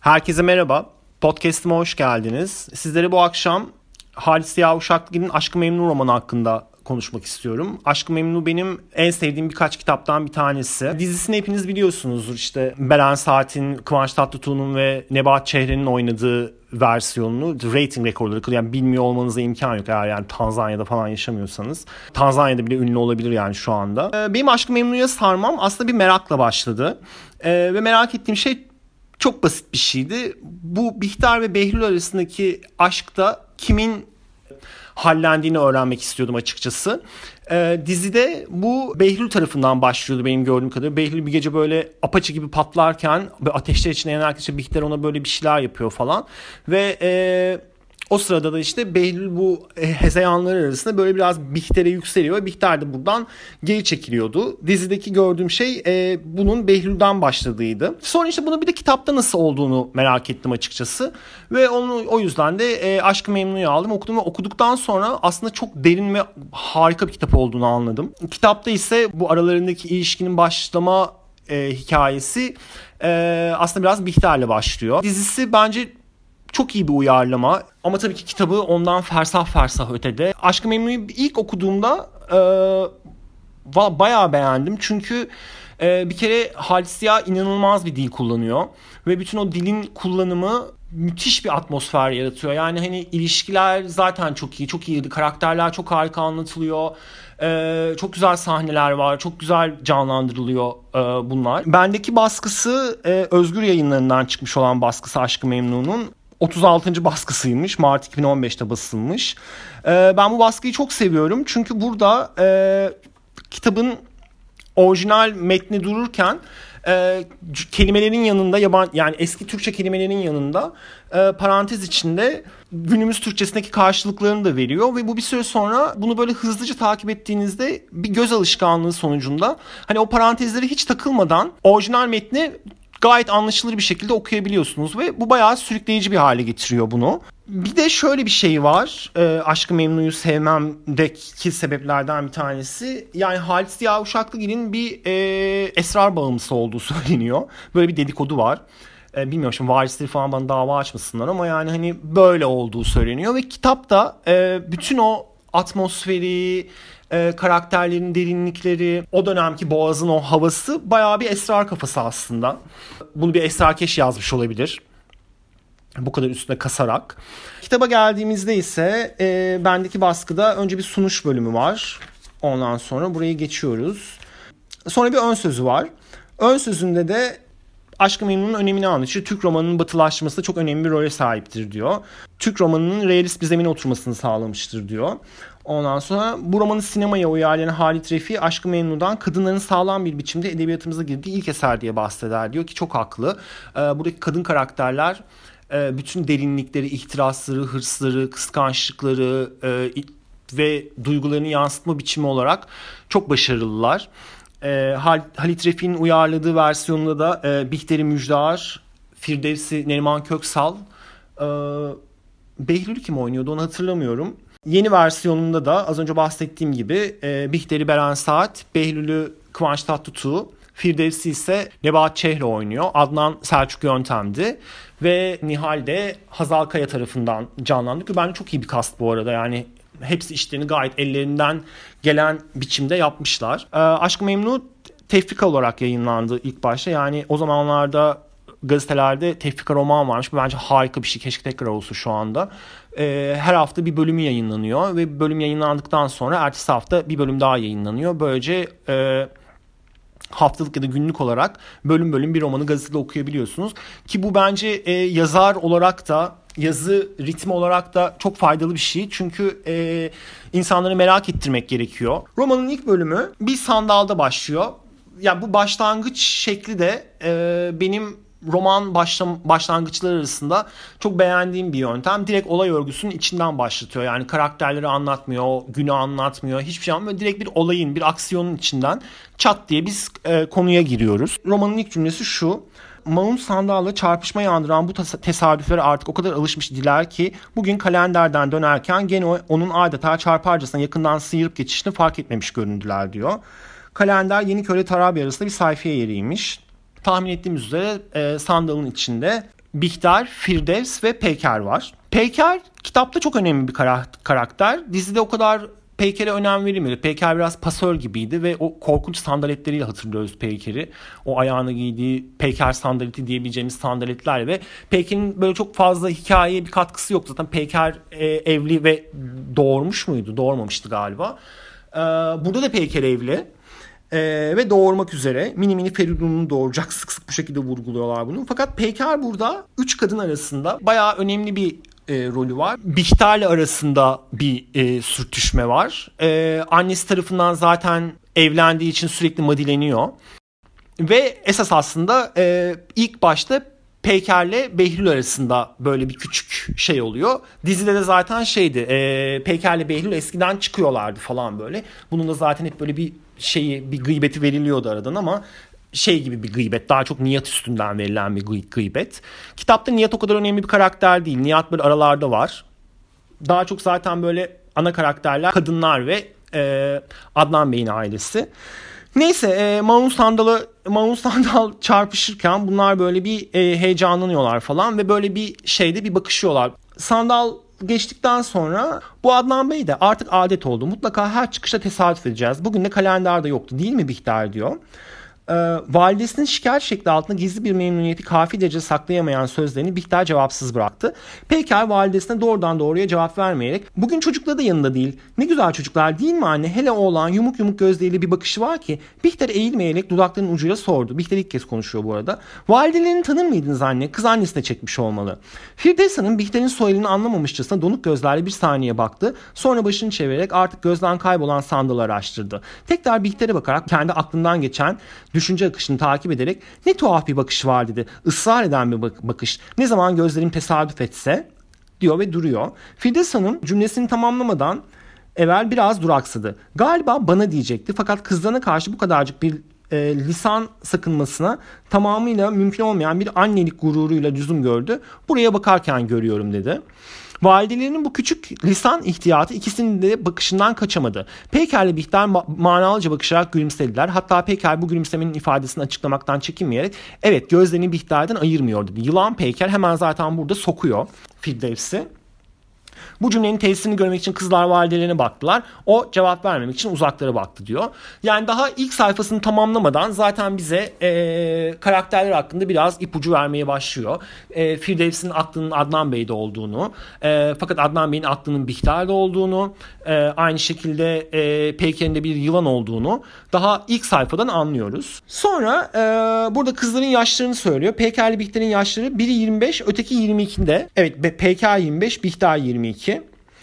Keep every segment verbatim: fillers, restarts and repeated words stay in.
Herkese merhaba. Podcast'ıma hoş geldiniz. Sizlere bu akşam Halis Ziya Uşaklıgil'in Aşk-ı Memnu romanı hakkında konuşmak istiyorum. Aşk-ı Memnu benim en sevdiğim birkaç kitaptan bir tanesi. Dizisini hepiniz biliyorsunuzdur. İşte Beren Saat'in, Kıvanç Tatlıtuğ'un ve Nebahat Çehre'nin oynadığı versiyonunu rating rekorları kırıyor. Yani bilmiyor olmanıza imkan yok eğer yani Tanzanya'da falan yaşamıyorsanız. Tanzanya'da bile ünlü olabilir yani şu anda. Benim Aşk-ı Memnu'ya sarmam aslında bir merakla başladı. Ve merak ettiğim şey çok basit bir şeydi. Bu Bihter ve Behlül arasındaki aşkta kimin hallendiğini öğrenmek istiyordum açıkçası. Ee, dizide bu Behlül tarafından başlıyordu benim gördüğüm kadarıyla. Behlül bir gece böyle apaçı gibi patlarken ateşler içine yanarken işte Bihter ona böyle bir şeyler yapıyor falan. Ve e, o sırada da işte Behlül bu hezeyanlar arasında böyle biraz Bihter'e yükseliyor ve Bihter de buradan geri çekiliyordu. Dizideki gördüğüm şey e, bunun Behlül'den başladığıydı. Sonra işte bunu bir de kitapta nasıl olduğunu merak ettim açıkçası. Ve onu o yüzden de e, Aşk-ı Memnu'yu aldım, okudum ve okuduktan sonra aslında çok derin ve harika bir kitap olduğunu anladım. Kitapta ise bu aralarındaki ilişkinin başlama e, hikayesi e, aslında biraz Bihter'le başlıyor. Dizisi bence çok iyi bir uyarlama ama tabii ki kitabı ondan fersah fersah ötede. Aşk-ı Memnu'yu ilk okuduğumda e, bayağı beğendim çünkü e, bir kere Halis Ziya inanılmaz bir dil kullanıyor ve bütün o dilin kullanımı müthiş bir atmosfer yaratıyor. Yani hani ilişkiler zaten çok iyi, çok iyi, karakterler çok harika anlatılıyor. Ee, çok güzel sahneler var, çok güzel canlandırılıyor e, bunlar. Bendeki baskısı e, Özgür Yayınları'ndan çıkmış olan baskısı Aşk-ı Memnu'nun otuz altıncı baskısıymış. Mart iki bin on beşte basılmış. Ee, ben bu baskıyı çok seviyorum çünkü burada e, kitabın orijinal metni dururken e, kelimelerin yanında yaban yani eski Türkçe kelimelerin yanında e, parantez içinde günümüz Türkçesindeki karşılıklarını da veriyor ve bu bir süre sonra bunu böyle hızlıca takip ettiğinizde bir göz alışkanlığı sonucunda hani o parantezlere hiç takılmadan orijinal metni gayet anlaşılır bir şekilde okuyabiliyorsunuz ve bu bayağı sürükleyici bir hale getiriyor bunu. Bir de şöyle bir şey var. E, Aşk-ı Memnu'yu sevmemdeki sebeplerden bir tanesi. Yani Halis Ziya Uşaklıgil'in bir e, esrar bağımlısı olduğu söyleniyor. Böyle bir dedikodu var. E, bilmiyorum şimdi varisleri falan bana dava açmasınlar ama yani hani böyle olduğu söyleniyor. Ve kitapta e, bütün o atmosferi, e, karakterlerin derinlikleri, o dönemki Boğaz'ın o havası bayağı bir esrar kafası aslında. Bunu bir esrarkeş yazmış olabilir. Bu kadar üstüne kasarak. Kitaba geldiğimizde ise e, bendeki baskıda önce bir sunuş bölümü var. Ondan sonra burayı geçiyoruz. Sonra bir ön sözü var. Ön sözünde de Aşk-ı Memnu'nun önemini anlatıyor. Türk romanının batılaşmasında çok önemli bir role sahiptir diyor. Türk romanının realist bir zemine oturmasını sağlamıştır diyor. Ondan sonra bu romanı sinemaya uyarlayan Halit Refi Aşk-ı Memnu'dan kadınların sağlam bir biçimde edebiyatımıza girdiği ilk eser diye bahseder diyor ki çok haklı. Ee, buradaki kadın karakterler e, bütün derinlikleri, ihtirasları, hırsları, kıskançlıkları e, ve duygularını yansıtma biçimi olarak çok başarılılar. E, Halit Refik'in uyarladığı versiyonunda da e, Bihter-i Müjdar, Firdevsi Neriman Köksal, e, Behlül kim oynuyordu onu hatırlamıyorum. Yeni versiyonunda da az önce bahsettiğim gibi e, Bihter'i Beren Saat, Behlül'ü Kıvanç Tatlıtuğ, Firdevsi ise Nebahat Çehre oynuyor. Adnan Selçuk Yöntem'di ve Nihal de Hazal Kaya tarafından canlandı. Bence çok iyi bir kast bu arada yani. Hepsi işlerini gayet ellerinden gelen biçimde yapmışlar. Ee, Aşk-ı Memnu tefrika olarak yayınlandı ilk başta. Yani o zamanlarda gazetelerde tefrika roman varmış. Bu bence harika bir şey. Keşke tekrar olsa şu anda. Ee, her hafta bir bölümü yayınlanıyor. Ve bölüm yayınlandıktan sonra ertesi hafta bir bölüm daha yayınlanıyor. Böylece e, haftalık ya da günlük olarak bölüm bölüm bir romanı gazetede okuyabiliyorsunuz. Ki bu bence e, yazar olarak da yazı ritmi olarak da çok faydalı bir şey. Çünkü e, insanları merak ettirmek gerekiyor. Romanın ilk bölümü bir sandalda başlıyor. Yani bu başlangıç şekli de e, benim roman başlam- başlangıçları arasında çok beğendiğim bir yöntem. Direkt olay örgüsünün içinden başlatıyor. Yani karakterleri anlatmıyor, günü anlatmıyor, hiçbir şey anlatmıyor. Direkt bir olayın, bir aksiyonun içinden çat diye biz e, konuya giriyoruz. Romanın ilk cümlesi şu: Maun sandalla çarpışma yandıran bu tesadüflere artık o kadar alışmış idiler ki bugün kalenderden dönerken gene onun adeta çarparcasına yakından sıyırıp geçişini fark etmemiş göründüler diyor. Kalender Yeniköy'le Tarabya arasında bir sayfiye yeriymiş. Tahmin ettiğimiz üzere e, sandalın içinde Bihter, Firdevs ve Peyker var. Peyker kitapta çok önemli bir karakter. Dizide o kadar Peyker'e önem verilmedi. Peyker biraz pasör gibiydi ve o korkunç sandaletleriyle hatırlıyoruz Peyker'i. O ayağına giydiği Peyker sandaleti diyebileceğimiz sandaletler ve Peyker'in böyle çok fazla hikayeye bir katkısı yok. Zaten Peyker e, evli ve doğurmuş muydu? Doğurmamıştı galiba. E, burada da Peyker evli. Ee, ve doğurmak üzere. Mini mini Feridun'u doğuracak. Sık sık bu şekilde vurguluyorlar bunu. Fakat Peyker burada üç kadın arasında bayağı önemli bir e, rolü var. Bihter'le arasında bir e, sürtüşme var. E, annesi tarafından zaten evlendiği için sürekli madileniyor. Ve esas aslında e, ilk başta Peyker'le Behlül arasında böyle bir küçük şey oluyor. Dizide de zaten şeydi. E, Peyker'le Behlül eskiden çıkıyorlardı falan böyle. Bunun da zaten hep böyle bir şeyi, bir gıybeti veriliyordu aradan ama şey gibi bir gıybet. Daha çok Nihat üstünden verilen bir gıybet. Kitapta Nihat o kadar önemli bir karakter değil. Nihat böyle aralarda var. Daha çok zaten böyle ana karakterler kadınlar ve e, Adnan Bey'in ailesi. Neyse e, Mahmut Sandal'ı Mahmut Sandal çarpışırken bunlar böyle bir e, heyecanlanıyorlar falan ve böyle bir şeyde bir bakışıyorlar. Sandal geçtikten sonra bu Adnan Bey de artık adet oldu. Mutlaka her çıkışta tesadüf edeceğiz. Bugün de kalenderde yoktu değil mi Bihter diyor. Ee, validesinin şikayet şekli altında gizli bir memnuniyeti kafi derece saklayamayan sözlerini Bihter cevapsız bıraktı. Peyker validesine doğrudan doğruya cevap vermeyerek bugün çocukları da yanında değil. Ne güzel çocuklar değil mi anne? Hele oğlan yumuk yumuk gözleriyle bir bakışı var ki. Bihter eğilmeyerek dudaklarının ucuyla sordu. Bihter ilk kez konuşuyor bu arada. Validelerini tanır mıydınız anne? Kız annesine çekmiş olmalı. Firdevs Hanım Bihter'in soyadını anlamamışçasına donuk gözlerle bir saniye baktı. Sonra başını çevirerek artık gözden kaybolan Sandal'ı araştırdı. Tekrar Bihter'e bakarak kendi aklından geçen düşünce akışını takip ederek ne tuhaf bir bakış var dedi. Israr eden bir bak- bakış. Ne zaman gözlerim tesadüf etse diyor ve duruyor. Firdevs Hanım cümlesini tamamlamadan evvel biraz duraksadı. Galiba bana diyecekti fakat kızlarına karşı bu kadarcık bir e, lisan sakınmasına tamamıyla mümkün olmayan bir annelik gururuyla lüzum gördü. Buraya bakarken görüyorum dedi. Validelerinin bu küçük lisan ihtiyatı ikisinin de bakışından kaçamadı. Peyker ile Bihter ma- manalıca bakışarak gülümsediler. Hatta Peyker bu gülümsemenin ifadesini açıklamaktan çekinmeyerek evet gözlerini Bihter'den ayırmıyor dedi. Yılan Peyker hemen zaten burada sokuyor Firdevs'i. Bu cümlenin tesirini görmek için kızlar validelerine baktılar. O cevap vermemek için uzaklara baktı diyor. Yani daha ilk sayfasını tamamlamadan zaten bize e, karakterler hakkında biraz ipucu vermeye başlıyor. E, Firdevs'in aklının Adnan Bey'de olduğunu, e, fakat Adnan Bey'in aklının Bihter'de olduğunu, e, aynı şekilde e, Peyker'in de bir yılan olduğunu daha ilk sayfadan anlıyoruz. Sonra e, burada kızların yaşlarını söylüyor. Peyker ile Bihter'in yaşları biri yirmi beş, öteki yirmi ikide. Evet, Peyker yirmi beş, Bihter yirmi iki.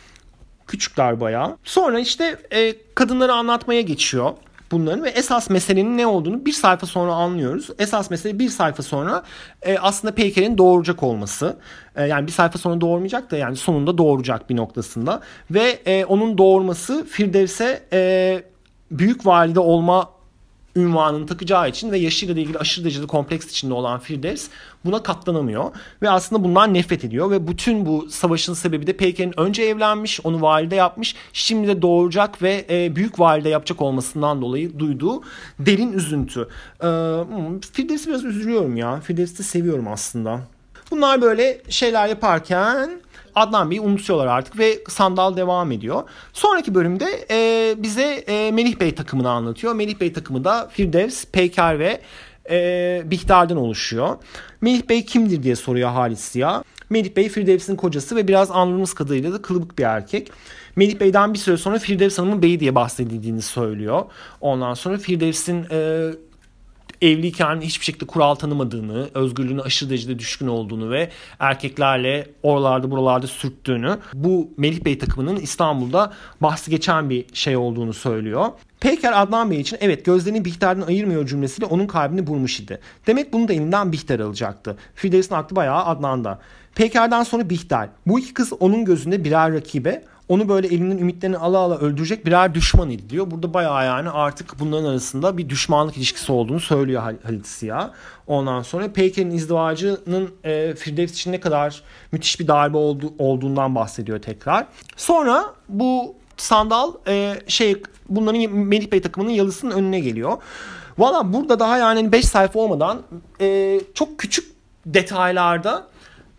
Küçükler bayağı. Sonra işte e, kadınları anlatmaya geçiyor bunların ve esas meselenin ne olduğunu bir sayfa sonra anlıyoruz. Esas mesele bir sayfa sonra e, aslında Peyker'in doğuracak olması. E, yani bir sayfa sonra doğurmayacak da yani sonunda doğuracak bir noktasında. Ve e, onun doğurması Firdevs'e e, büyük valide olma ünvanını takacağı için ve yaşıyla ilgili aşırı derecede kompleks içinde olan Firdevs buna katlanamıyor ve aslında bundan nefret ediyor ve bütün bu savaşın sebebi de Peyker'in önce evlenmiş, onu valide yapmış, şimdi de doğuracak ve e, büyük valide yapacak olmasından dolayı duyduğu derin üzüntü. E, Firdevs'i biraz üzülüyorum ya. Firdevs'i seviyorum aslında. Bunlar böyle şeyler yaparken Adnan Bey'i unutuyorlar artık ve Sandal devam ediyor. Sonraki bölümde e, bize e, Melih Bey takımını anlatıyor. Melih Bey takımı da Firdevs, Peyker ve e, Bihter'den oluşuyor. Melih Bey kimdir diye soruyor Halis Ziya. Melih Bey Firdevs'in kocası ve biraz anladığımız kadarıyla da kılıbık bir erkek. Melih Bey'den bir süre sonra Firdevs Hanım'ın beyi diye bahsedildiğini söylüyor. Ondan sonra Firdevs'in E, evliyken hiçbir şekilde kural tanımadığını, özgürlüğüne aşırı derecede düşkün olduğunu ve erkeklerle oralarda buralarda sürttüğünü, bu Melih Bey takımının İstanbul'da bahsi geçen bir şey olduğunu söylüyor. Peyker Adnan Bey için evet gözlerini Bihter'den ayırmıyor cümlesiyle onun kalbini vurmuş idi. Demek bunu da elinden Bihter alacaktı. Firdevs'in aklı bayağı Adnan'da. Peyker'den sonra Bihter. Bu iki kız onun gözünde birer rakibe, onu böyle elinden ümitlerini ala ala öldürecek birer düşman idi diyor. Burada bayağı yani artık bunların arasında bir düşmanlık ilişkisi olduğunu söylüyor Halit Ziya. Ondan sonra Peyker'in izdivacının e, Firdevs için ne kadar müthiş bir darbe oldu, olduğundan bahsediyor tekrar. Sonra bu Sandal e, şey bunların Melih Bey takımının yalısının önüne geliyor. Valla burada daha yani beş sayfa olmadan e, çok küçük detaylarda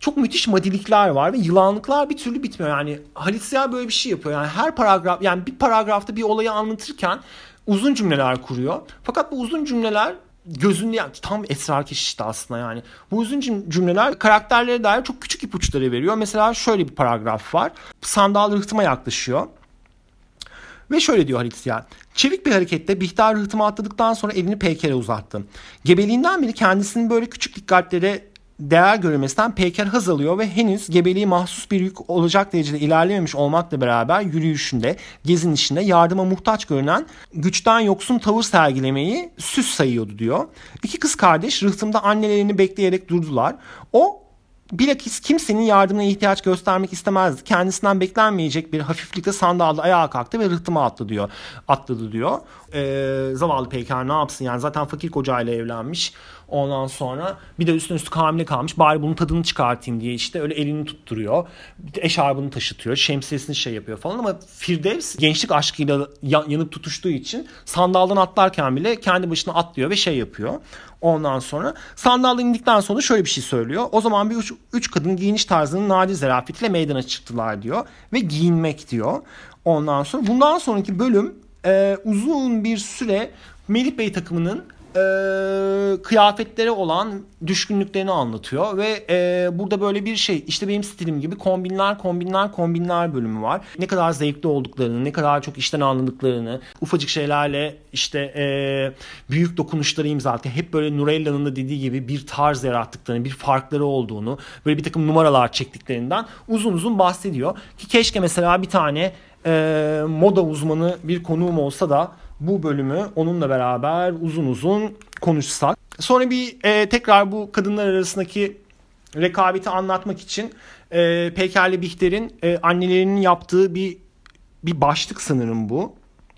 çok müthiş madilikler var ve yılanlıklar bir türlü bitmiyor. Yani Halit Ziya böyle bir şey yapıyor. Yani her paragraf, yani bir paragrafta bir olayı anlatırken uzun cümleler kuruyor. Fakat bu uzun cümleler gözünde, yani tam esrarkeş işte aslında yani. Bu uzun cümleler karakterlere dair çok küçük ipuçları veriyor. Mesela şöyle bir paragraf var. Sandal rıhtıma yaklaşıyor. Ve şöyle diyor Halit Ziya. Çevik bir hareketle Bihter rıhtıma atladıktan sonra elini Peyker'e uzattı. Gebeliğinden beri kendisinin böyle küçük dikkatlere değer görülmesinden Peyker haz alıyor ve henüz gebeliği mahsus bir yük olacak derecede ilerlememiş olmakla beraber yürüyüşünde, gezinişinde yardıma muhtaç görünen güçten yoksun tavır sergilemeyi süs sayıyordu diyor. İki kız kardeş rıhtımda annelerini bekleyerek durdular. O bilakis kimsenin yardımına ihtiyaç göstermek istemezdi. Kendisinden beklenmeyecek bir hafiflikle sandalda ayağa kalktı ve rıhtıma atladı diyor. Atladı diyor. Ee, zavallı Peyker ne yapsın yani, zaten fakir kocayla evlenmiş. Ondan sonra bir de üstüne üstlük hamile kalmış. Bari bunun tadını çıkartayım diye işte öyle elini tutturuyor. Eşarbını taşıtıyor. Şemsiyesini şey yapıyor falan ama Firdevs gençlik aşkıyla yanıp tutuştuğu için sandaldan atlarken bile kendi başına atlıyor ve şey yapıyor. Ondan sonra sandaldan indikten sonra şöyle bir şey söylüyor. O zaman bir üç, üç kadın giyiniş tarzının nadir zarafetiyle meydana çıktılar diyor. Ve giyinmek diyor. Ondan sonra bundan sonraki bölüm e, uzun bir süre Melih Bey takımının E, kıyafetlere olan düşkünlüklerini anlatıyor ve e, burada böyle bir şey, işte benim stilim gibi kombinler kombinler kombinler bölümü var. Ne kadar zevkli olduklarını, ne kadar çok işten anladıklarını, ufacık şeylerle işte e, büyük dokunuşları imza atıyor. Hep böyle Nurella'nın da dediği gibi bir tarz yarattıklarını, bir farkları olduğunu, böyle bir takım numaralar çektiklerinden uzun uzun bahsediyor. Ki keşke mesela bir tane e, moda uzmanı bir konuğum olsa da bu bölümü onunla beraber uzun uzun konuşsak. Sonra bir e, tekrar bu kadınlar arasındaki rekabeti anlatmak için e, Peyker'le Bihter'in e, annelerinin yaptığı bir bir başlık sanırım bu.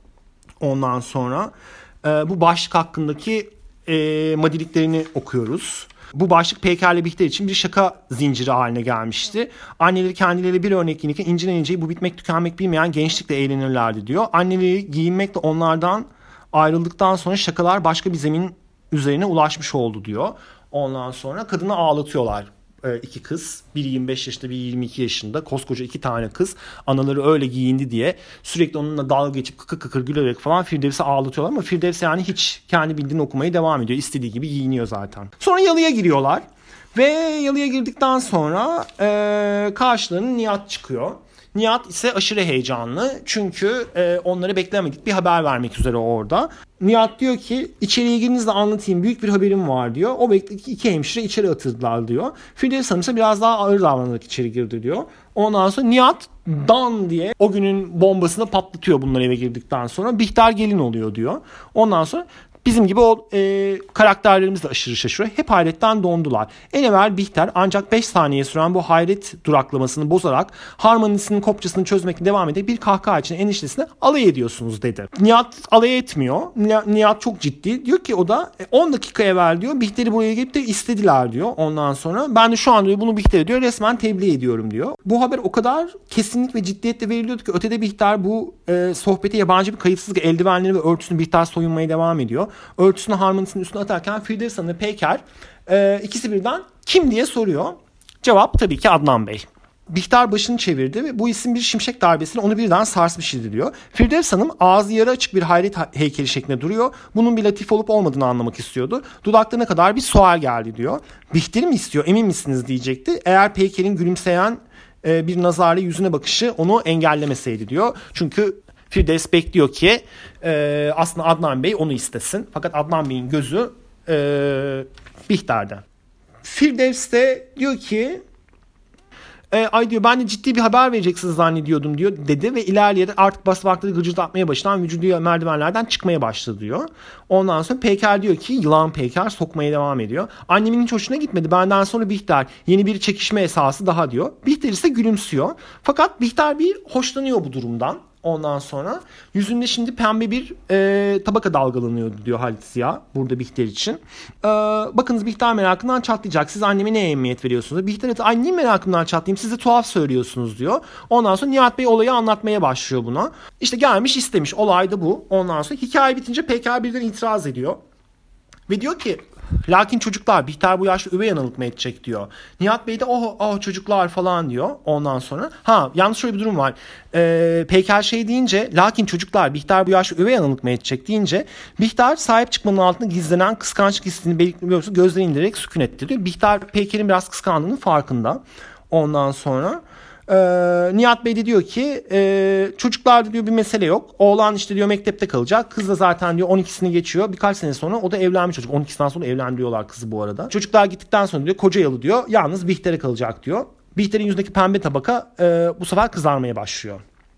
Ondan sonra e, bu başlık hakkındaki e, madiliklerini okuyoruz. Bu başlık Peyker'le Bihter için bir şaka zinciri haline gelmişti. Anneleri kendileri bir örnek giyinirken inceden inceye bu bitmek tükenmek bilmeyen gençlikle eğlenirlerdi diyor. Anneleri giyinmekle onlardan ayrıldıktan sonra şakalar başka bir zemin üzerine ulaşmış oldu diyor. Ondan sonra kadını ağlatıyorlar. Ee, iki kız, biri yirmi beş yaşında, biri yirmi iki yaşında, koskoca iki tane kız, anaları öyle giyindi diye sürekli onunla dalga geçip kıkır kıkır gülerek falan Firdevs'i ağlatıyorlar ama Firdevs yani hiç kendi bildiğini okumaya devam ediyor. İstediği gibi giyiniyor zaten. Sonra yalıya giriyorlar ve yalıya girdikten sonra e, karşılarına Nihat çıkıyor. Nihat ise aşırı heyecanlı çünkü e, onlara beklemedik bir haber vermek üzere orada. Nihat diyor ki içeriye girinizde anlatayım, büyük bir haberim var diyor. O bekledeki iki hemşire içeri atıldılar diyor. Firdevs Hanım ise biraz daha ağır davranarak içeri girdi diyor. Ondan sonra Nihat dan diye o günün bombasını patlatıyor bunlar eve girdikten sonra. Bihter gelin oluyor diyor. Ondan sonra bizim gibi o e, karakterlerimiz de aşırı şaşırıyor. Hep hayretten dondular. En evvel Bihter ancak beş saniye süren bu hayret duraklamasını bozarak harmonisinin kopçasını çözmekle devam edip bir kahkaha için eniştesine alay ediyorsunuz dedi. Nihat alay etmiyor. Nihat çok ciddi. Diyor ki o da on dakika evvel diyor Bihter'i buraya gelip de istediler diyor. Ondan sonra ben de şu an diyor bunu Bihter'e diyor resmen tebliğ ediyorum diyor. Bu haber o kadar kesinlik ve ciddiyetle veriliyordu ki ötede Bihter bu e, sohbete yabancı bir kayıtsızlık eldivenleri ve örtüsünü Bihter soyunmaya devam ediyor. Örtüsünü harmonisinin üstüne atarken Firdevs Hanım ve Peyker e, ikisi birden kim diye soruyor. Cevap tabii ki Adnan Bey. Bihter başını çevirdi ve bu isim bir şimşek darbesiyle onu birden sarsmış idi diyor. Firdevs Hanım ağzı yarı açık bir hayret heykeli şeklinde duruyor. Bunun bir latif olup olmadığını anlamak istiyordu. Dudaklarına kadar bir sual geldi diyor. Bihter'i mi istiyor, emin misiniz diyecekti. Eğer Peyker'in gülümseyen e, bir nazarlı yüzüne bakışı onu engellemeseydi diyor. Çünkü Firdevs bekliyor ki e, aslında Adnan Bey onu istesin. Fakat Adnan Bey'in gözü e, Bihter'de. Firdevs de diyor ki e, ay diyor ben de ciddi bir haber vereceksiniz zannediyordum diyor dedi ve ilerleyerek artık basamakları gıcırdatmaya başlayan vücudu merdivenlerden çıkmaya başladı diyor. Ondan sonra Peyker diyor ki yılan Peyker sokmaya devam ediyor. Annemin hiç hoşuna gitmedi, benden sonra Bihter yeni bir çekişme esası daha diyor. Bihter ise gülümsüyor. Fakat Bihter bir hoşlanıyor bu durumdan. Ondan sonra yüzünde şimdi pembe bir e, tabaka dalgalanıyordu diyor Halit Ziya burada Bihter için. E, bakınız Bihter merakından çatlayacak. Siz anneme ne ehemmiyet veriyorsunuz? Bihter ise annemin merakımdan çatlayayım. Siz de tuhaf söylüyorsunuz diyor. Ondan sonra Nihat Bey olayı anlatmaya başlıyor buna. İşte gelmiş istemiş. Olay da bu. Ondan sonra hikaye bitince Peyker birden itiraz ediyor. Ve diyor ki lakin çocuklar, Bihter bu yaşta üvey analık mı edecek diyor. Nihat Bey de oh, oh çocuklar falan diyor ondan sonra. Ha yalnız şöyle bir durum var. Ee, Peyker şey deyince lakin çocuklar Bihter bu yaşta üvey analık mı edecek deyince Bihter sahip çıkmanın altında gizlenen kıskançlık hissini belirtmiyorsa gözlerini indirerek sükun etti diyor. Bihter Peyker'in biraz kıskandığının farkında. Ondan sonra Ee, Nihat Bey de diyor ki e, çocuklarda diyor bir mesele yok. Oğlan işte diyor mektepte kalacak. Kız da zaten diyor on ikisini geçiyor. Birkaç sene sonra o da evlenmiş çocuk. on ikisinden sonra evlendiriyorlar kızı bu arada. Çocuklar gittikten sonra diyor Kocayalı diyor. Yalnız Bihter'e kalacak diyor. Bihter'in yüzündeki pembe tabaka e, bu sefer kızarmaya başlıyor.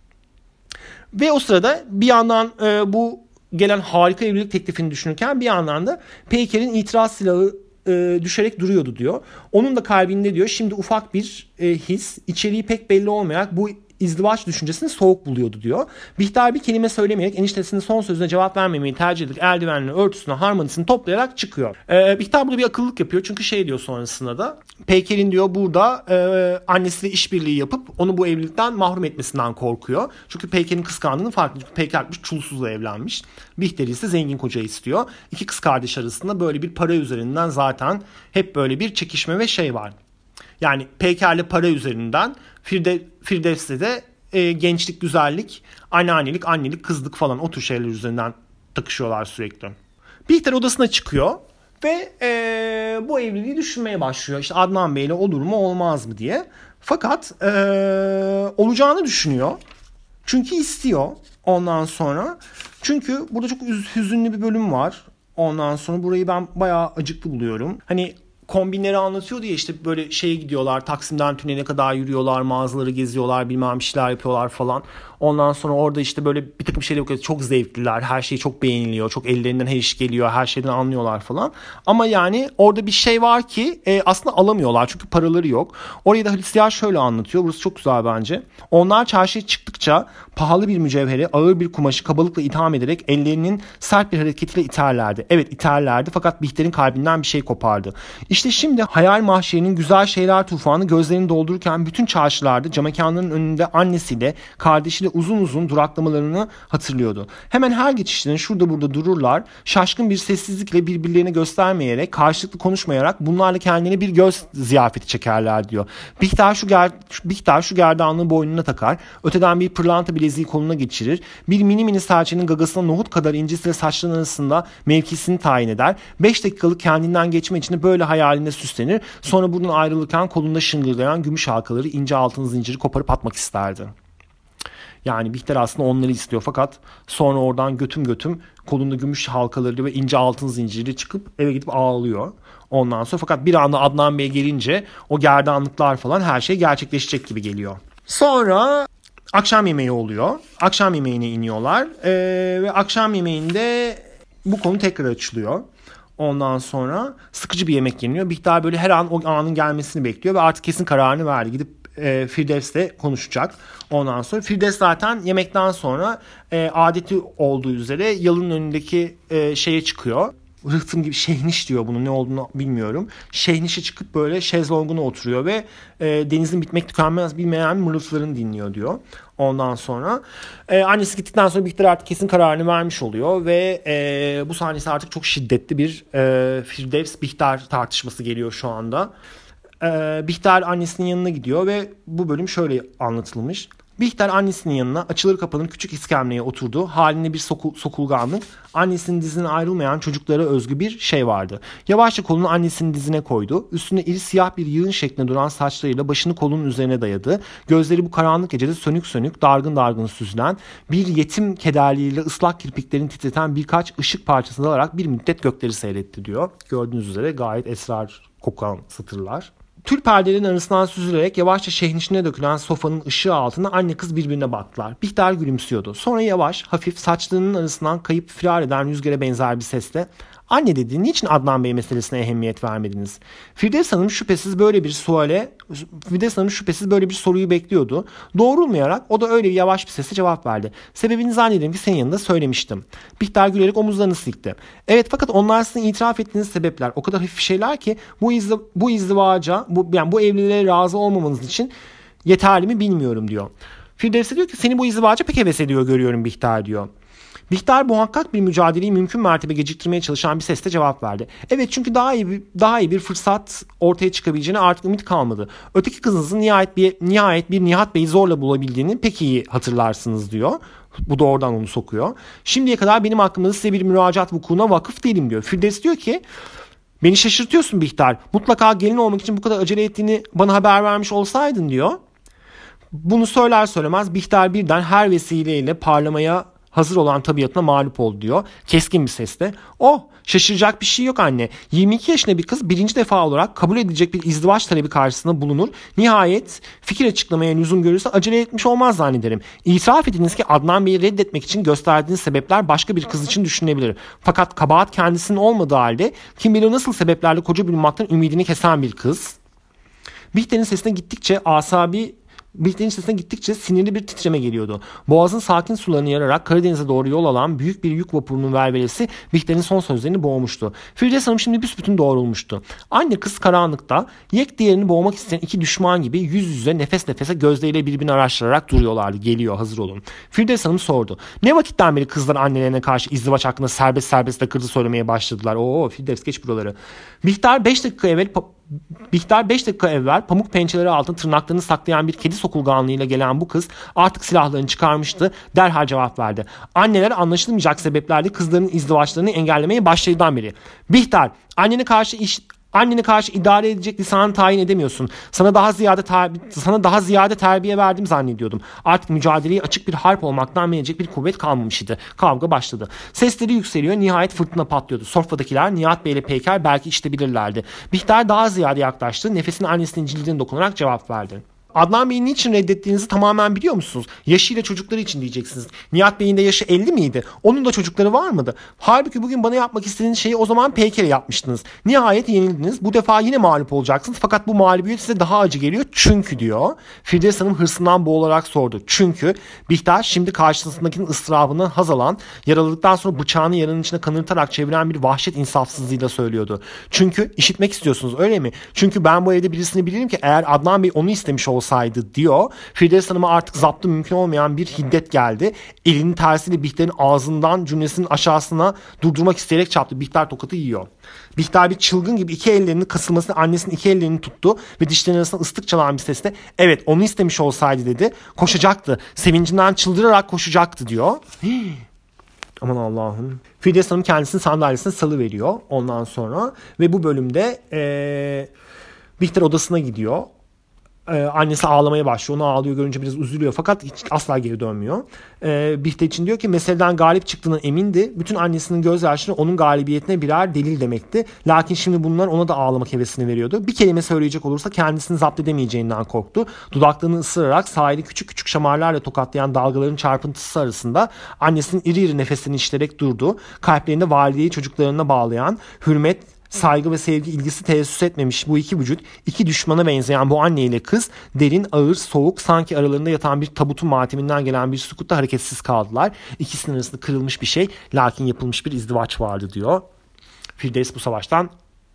Ve o sırada bir yandan e, bu gelen harika evlilik teklifini düşünürken bir yandan da Peyker'in itiraz silahı e, düşerek duruyordu diyor. Onun da kalbinde diyor şimdi ufak bir e, his, içeriği pek belli olmayan bu izdivaç düşüncesini soğuk buluyordu diyor. Bihter bir kelime söylemeyerek eniştesinin son sözüne cevap vermemeyi tercih ederek eldivenini, örtüsünü, harmonisini toplayarak çıkıyor. Ee, Bihter burada bir akıllılık yapıyor çünkü şey diyor sonrasında da Peyker'in diyor burada e, annesiyle işbirliği yapıp onu bu evlilikten mahrum etmesinden korkuyor. Çünkü Peyker'in kıskandığının farkında. Çünkü Peyker bir çulsuzla evlenmiş. Bihter ise zengin koca istiyor. İki kız kardeş arasında böyle bir para üzerinden zaten hep böyle bir çekişme ve şey var. Yani Peyker'le para üzerinden Firde, Firdevs'te de e, gençlik, güzellik, anneannelik, annelik, kızlık falan o tür şeyler üzerinden takışıyorlar sürekli. Bihter odasına çıkıyor ve e, bu evliliği düşünmeye başlıyor. İşte Adnan Bey'le olur mu olmaz mı diye. Fakat e, olacağını düşünüyor. Çünkü istiyor ondan sonra. Çünkü burada çok hüzünlü bir bölüm var. Ondan sonra burayı ben bayağı acıklı buluyorum. Hani kombinleri anlatıyordu ya işte böyle şeye gidiyorlar Taksim'den Tünel'e kadar yürüyorlar, mağazaları geziyorlar, bilmem bir şeyler yapıyorlar falan. Ondan sonra orada işte böyle bir takım şeyler yapıyorlar. Çok zevkliler, her şey çok beğeniliyor, çok ellerinden her iş geliyor, her şeyden anlıyorlar falan. Ama yani orada bir şey var ki e, aslında alamıyorlar çünkü paraları yok. Orayı da Halis Ziya şöyle anlatıyor, burası çok güzel bence. Onlar çarşıya çıktıkça pahalı bir mücevheri, ağır bir kumaşı kabalıkla itham ederek ellerinin sert bir hareketiyle iterlerdi. Evet iterlerdi fakat Bihter'in kalbinden bir şey kopardı. İşte şimdi hayal mahşerinin güzel şeyler tufanı gözlerini doldururken bütün çarşılarda camekanların önünde annesiyle, kardeşiyle uzun uzun duraklamalarını hatırlıyordu. Hemen her geçişlerinde şurada burada dururlar, şaşkın bir sessizlikle birbirlerine göstermeyerek, karşılıklı konuşmayarak bunlarla kendilerine bir göz ziyafeti çekerler diyor. Bihter şu, ger Bihter şu gerdanlığı boynuna takar, öteden bir pırlanta bileziği koluna geçirir, bir mini mini serçenin gagasına nohut kadar incesiyle saçların arasında mevkisini tayin eder, beş dakikalık kendinden geçme için böyle hayalinde süslenir, sonra buradan ayrılırken kolunda şıngırdayan gümüş halkaları, ince altın zinciri koparıp atmak isterdi. Yani Bihter aslında onları istiyor fakat sonra oradan götüm götüm kolunda gümüş halkaları ve ince altın zinciri çıkıp eve gidip ağlıyor. Ondan sonra fakat bir anda Adnan Bey gelince o gerdanlıklar falan her şey gerçekleşecek gibi geliyor. Sonra akşam yemeği oluyor. Akşam yemeğine iniyorlar ee, ve akşam yemeğinde bu konu tekrar açılıyor. Ondan sonra sıkıcı bir yemek yeniliyor. Bihter böyle her an o anın gelmesini bekliyor ve artık kesin kararını verdi. Gidip e, Firdevs'le konuşacak. Ondan sonra Firdevs zaten yemekten sonra e, adeti olduğu üzere yalının önündeki e, şeye çıkıyor. Rıhtım gibi şehniş diyor, bunun ne olduğunu bilmiyorum. Şehnişe çıkıp böyle şezlonguna oturuyor ve e, denizin bitmek tükenmez bilmeyen mırıltılarını dinliyor diyor. Ondan sonra e, annesi gittikten sonra Bihter artık kesin kararını vermiş oluyor ve e, bu sahnesi artık çok şiddetli bir e, Firdevs-Bihter tartışması geliyor şu anda. E, Bihter annesinin yanına gidiyor ve bu bölüm şöyle anlatılmış. Bihter annesinin yanına açılır kapanır küçük iskemleye oturdu. Halinde bir sokul, sokulganlık. Annesinin dizine ayrılmayan çocuklara özgü bir şey vardı. Yavaşça kolunu annesinin dizine koydu. Üstünde iri siyah bir yığın şeklinde duran saçlarıyla başını kolunun üzerine dayadı. Gözleri bu karanlık gecede sönük sönük, dargın dargın süzülen, bir yetim kederliğiyle ıslak kirpiklerini titreten birkaç ışık parçasını alarak bir müddet gökleri seyretti diyor. Gördüğünüz üzere gayet esrar kokan satırlar. Tül perdelerin arasından süzülerek yavaşça şehnişine dökülen sofanın ışığı altında anne kız birbirine baktılar. Bihter gülümsüyordu. Sonra yavaş, hafif saçlarının arasından kayıp firar eden rüzgara benzer bir sesle "Anne" dedi, "niçin Adnan Bey meselesine ehemmiyet vermediniz?" Firdevs Hanım şüphesiz böyle bir suale, Firdevs Hanım şüphesiz böyle bir soruyu bekliyordu. Doğrulmayarak o da öyle bir yavaş bir sesle cevap verdi. "Sebebini zannederim ki senin yanında söylemiştim." Bihter gülerek omuzlarını silkti. "Evet, fakat onlar sizin itiraf ettiğiniz sebepler o kadar hafif şeyler ki bu izdi, bu izdivaca, bu yani bu evliliğe razı olmamanız için yeterli mi bilmiyorum" diyor. Firdevs diyor ki "Seni bu izdivaca pek heves ediyor görüyorum Bihter" diyor. Bihter muhakkak bir mücadeleyi mümkün mertebe geciktirmeye çalışan bir sesle cevap verdi. Evet, çünkü daha iyi bir, daha iyi bir fırsat ortaya çıkabileceğine artık ümit kalmadı. Öteki kızınızın nihayet bir, nihayet bir Nihat Bey'i zorla bulabildiğini pek iyi hatırlarsınız diyor. Bu doğrudan onu sokuyor. Şimdiye kadar benim hakkımda size bir müracaat vukuuna vakıf değilim diyor. Firdevs diyor ki beni şaşırtıyorsun Bihter. Mutlaka gelin olmak için bu kadar acele ettiğini bana haber vermiş olsaydın diyor. Bunu söyler söylemez Bihter birden her vesileyle parlamaya hazır olan tabiatına mağlup oldu diyor. Keskin bir sesle. Oh, şaşıracak bir şey yok anne. yirmi iki yaşında bir kız birinci defa olarak kabul edilecek bir izdivaç talebi karşısında bulunur. Nihayet fikir açıklamaya lüzum görürse acele etmiş olmaz zannederim. İtiraf ediniz ki Adnan Bey'i reddetmek için gösterdiğiniz sebepler başka bir kız için düşünülebilir. Fakat kabahat kendisinin olmadığı halde kim bilir nasıl sebeplerle koca bulunmaktan ümidini kesen bir kız. Bihter'in sesine gittikçe asabi Bihter'in sesine gittikçe sinirli bir titreme geliyordu. Boğazın sakin sularını yararak Karadeniz'e doğru yol alan büyük bir yük vapurunun velvelesi Bihter'in son sözlerini boğmuştu. Firdevs Hanım şimdi büsbütün doğrulmuştu. Anne kız karanlıkta yek diğerini boğmak isteyen iki düşman gibi yüz yüze nefes nefese gözleriyle birbirini araştırarak duruyorlardı. Geliyor, hazır olun. Firdevs Hanım sordu. Ne vakitten beri kızlar annelerine karşı izdivaç hakkında serbest serbest takırdı söylemeye başladılar. Oo Firdevs, geç buraları. Bihter beş dakika evvel Bihter beş dakika evvel pamuk pençeleri altında tırnaklarını saklayan bir kedi sokulganlığıyla gelen bu kız artık silahlarını çıkarmıştı. Derhal cevap verdi. Anneler anlaşılmayacak sebeplerle kızların izdivaçlarını engellemeye başladığından beri. Bihter, annene karşı iş Anneni karşı idare edecek lisanı tayin edemiyorsun. Sana daha ziyade terbi- sana daha ziyade terbiye verdim zannediyordum. Artık mücadeleyi açık bir harp olmaktan menecek bir kuvvet kalmamış idi. Kavga başladı. Sesleri yükseliyor. Nihayet fırtına patlıyordu. Sofradakiler Nihat Bey ile Peyker belki işitebilirlerdi. Bihter daha ziyade yaklaştı. Nefesini annesinin cildine dokunarak cevap verdi. Adnan Bey'i niçin reddettiğinizi tamamen biliyor musunuz? Yaşıyla çocukları için diyeceksiniz. Nihat Bey'in de yaşı elli miydi? Onun da çocukları var mıydı? Halbuki bugün bana yapmak istediğiniz şeyi o zaman Peyker'e yapmıştınız. Nihayet yenildiniz. Bu defa yine mağlup olacaksınız. Fakat bu mağlubiyet size daha acı geliyor. Çünkü diyor. Firdevs Hanım hırsından boğularak sordu. Çünkü Bihter şimdi karşısındakinin ıstırabından haz alan, yaraladıktan sonra bıçağını yaranın içine kanırtarak çeviren bir vahşet insafsızlığıyla söylüyordu. Çünkü işitmek istiyorsunuz öyle mi? Çünkü ben bu evde birisini bilirim ki eğer Adnan Bey onu istemiş olsa saydı diyor. Firdevs Hanım'a artık zaptı mümkün olmayan bir hiddet geldi. Elinin tersiyle Bihter'in ağzından cümlesinin aşağısına durdurmak isteyerek çarptı. Bihter tokatı yiyor. Bihter bir çılgın gibi iki ellerinin kasılmasını annesinin iki ellerini tuttu ve dişlerinin arasında ıslık çalan bir sesle evet onu istemiş olsaydı dedi. Koşacaktı. Sevincinden çıldırarak koşacaktı diyor. Hii. Aman Allah'ım. Firdevs Hanım kendisini sandalyesine salıveriyor ondan sonra ve bu bölümde ee, Bihter odasına gidiyor. Ee, annesi ağlamaya başlıyor. Onu ağlıyor görünce biraz üzülüyor fakat hiç asla geri dönmüyor. Ee, Bihter için diyor ki meseleden galip çıktığına emindi. Bütün annesinin gözyaşları onun galibiyetine birer delil demekti. Lakin şimdi bunlar ona da ağlamak hevesini veriyordu. Bir kelime söyleyecek olursa kendisini zapt edemeyeceğinden korktu. Dudaklarını ısırarak sahili küçük küçük şamarlarla tokatlayan dalgaların çarpıntısı arasında annesinin iri iri nefesini işiterek durdu. Kalplerinde valideyi çocuklarına bağlayan hürmet, saygı ve sevgi ilgisi teessüs etmemiş bu iki vücut, iki düşmana benzeyen bu anne ile kız derin, ağır, soğuk, sanki aralarında yatan bir tabutun mateminden gelen bir sükutta hareketsiz kaldılar. İkisinin arasında kırılmış bir şey, lakin yapılmış bir izdivaç vardı diyor. Firdevs bu savaştan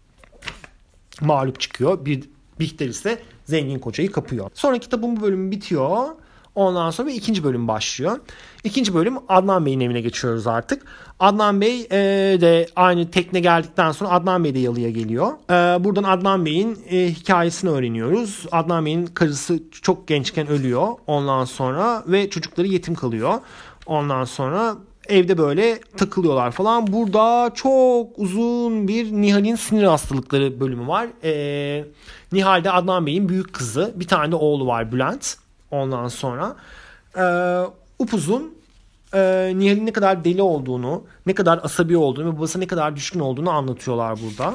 mağlup çıkıyor. Bir Bihter ise zengin kocayı kapıyor. Sonra kitabın bu bölümü bitiyor. Ondan sonra bir ikinci bölüm başlıyor. İkinci bölüm Adnan Bey'in evine geçiyoruz artık. Adnan Bey e, de aynı tekne geldikten sonra Adnan Bey de yalıya geliyor. E, buradan Adnan Bey'in e, hikayesini öğreniyoruz. Adnan Bey'in karısı çok gençken ölüyor ondan sonra ve çocukları yetim kalıyor. Ondan sonra evde böyle takılıyorlar falan. Burada çok uzun bir Nihal'in sinir hastalıkları bölümü var. E, Nihal de Adnan Bey'in büyük kızı. Bir tane de oğlu var Bülent. Ondan sonra e, upuzun e, Nihal'in ne kadar deli olduğunu, ne kadar asabi olduğunu ve babasına ne kadar düşkün olduğunu anlatıyorlar burada.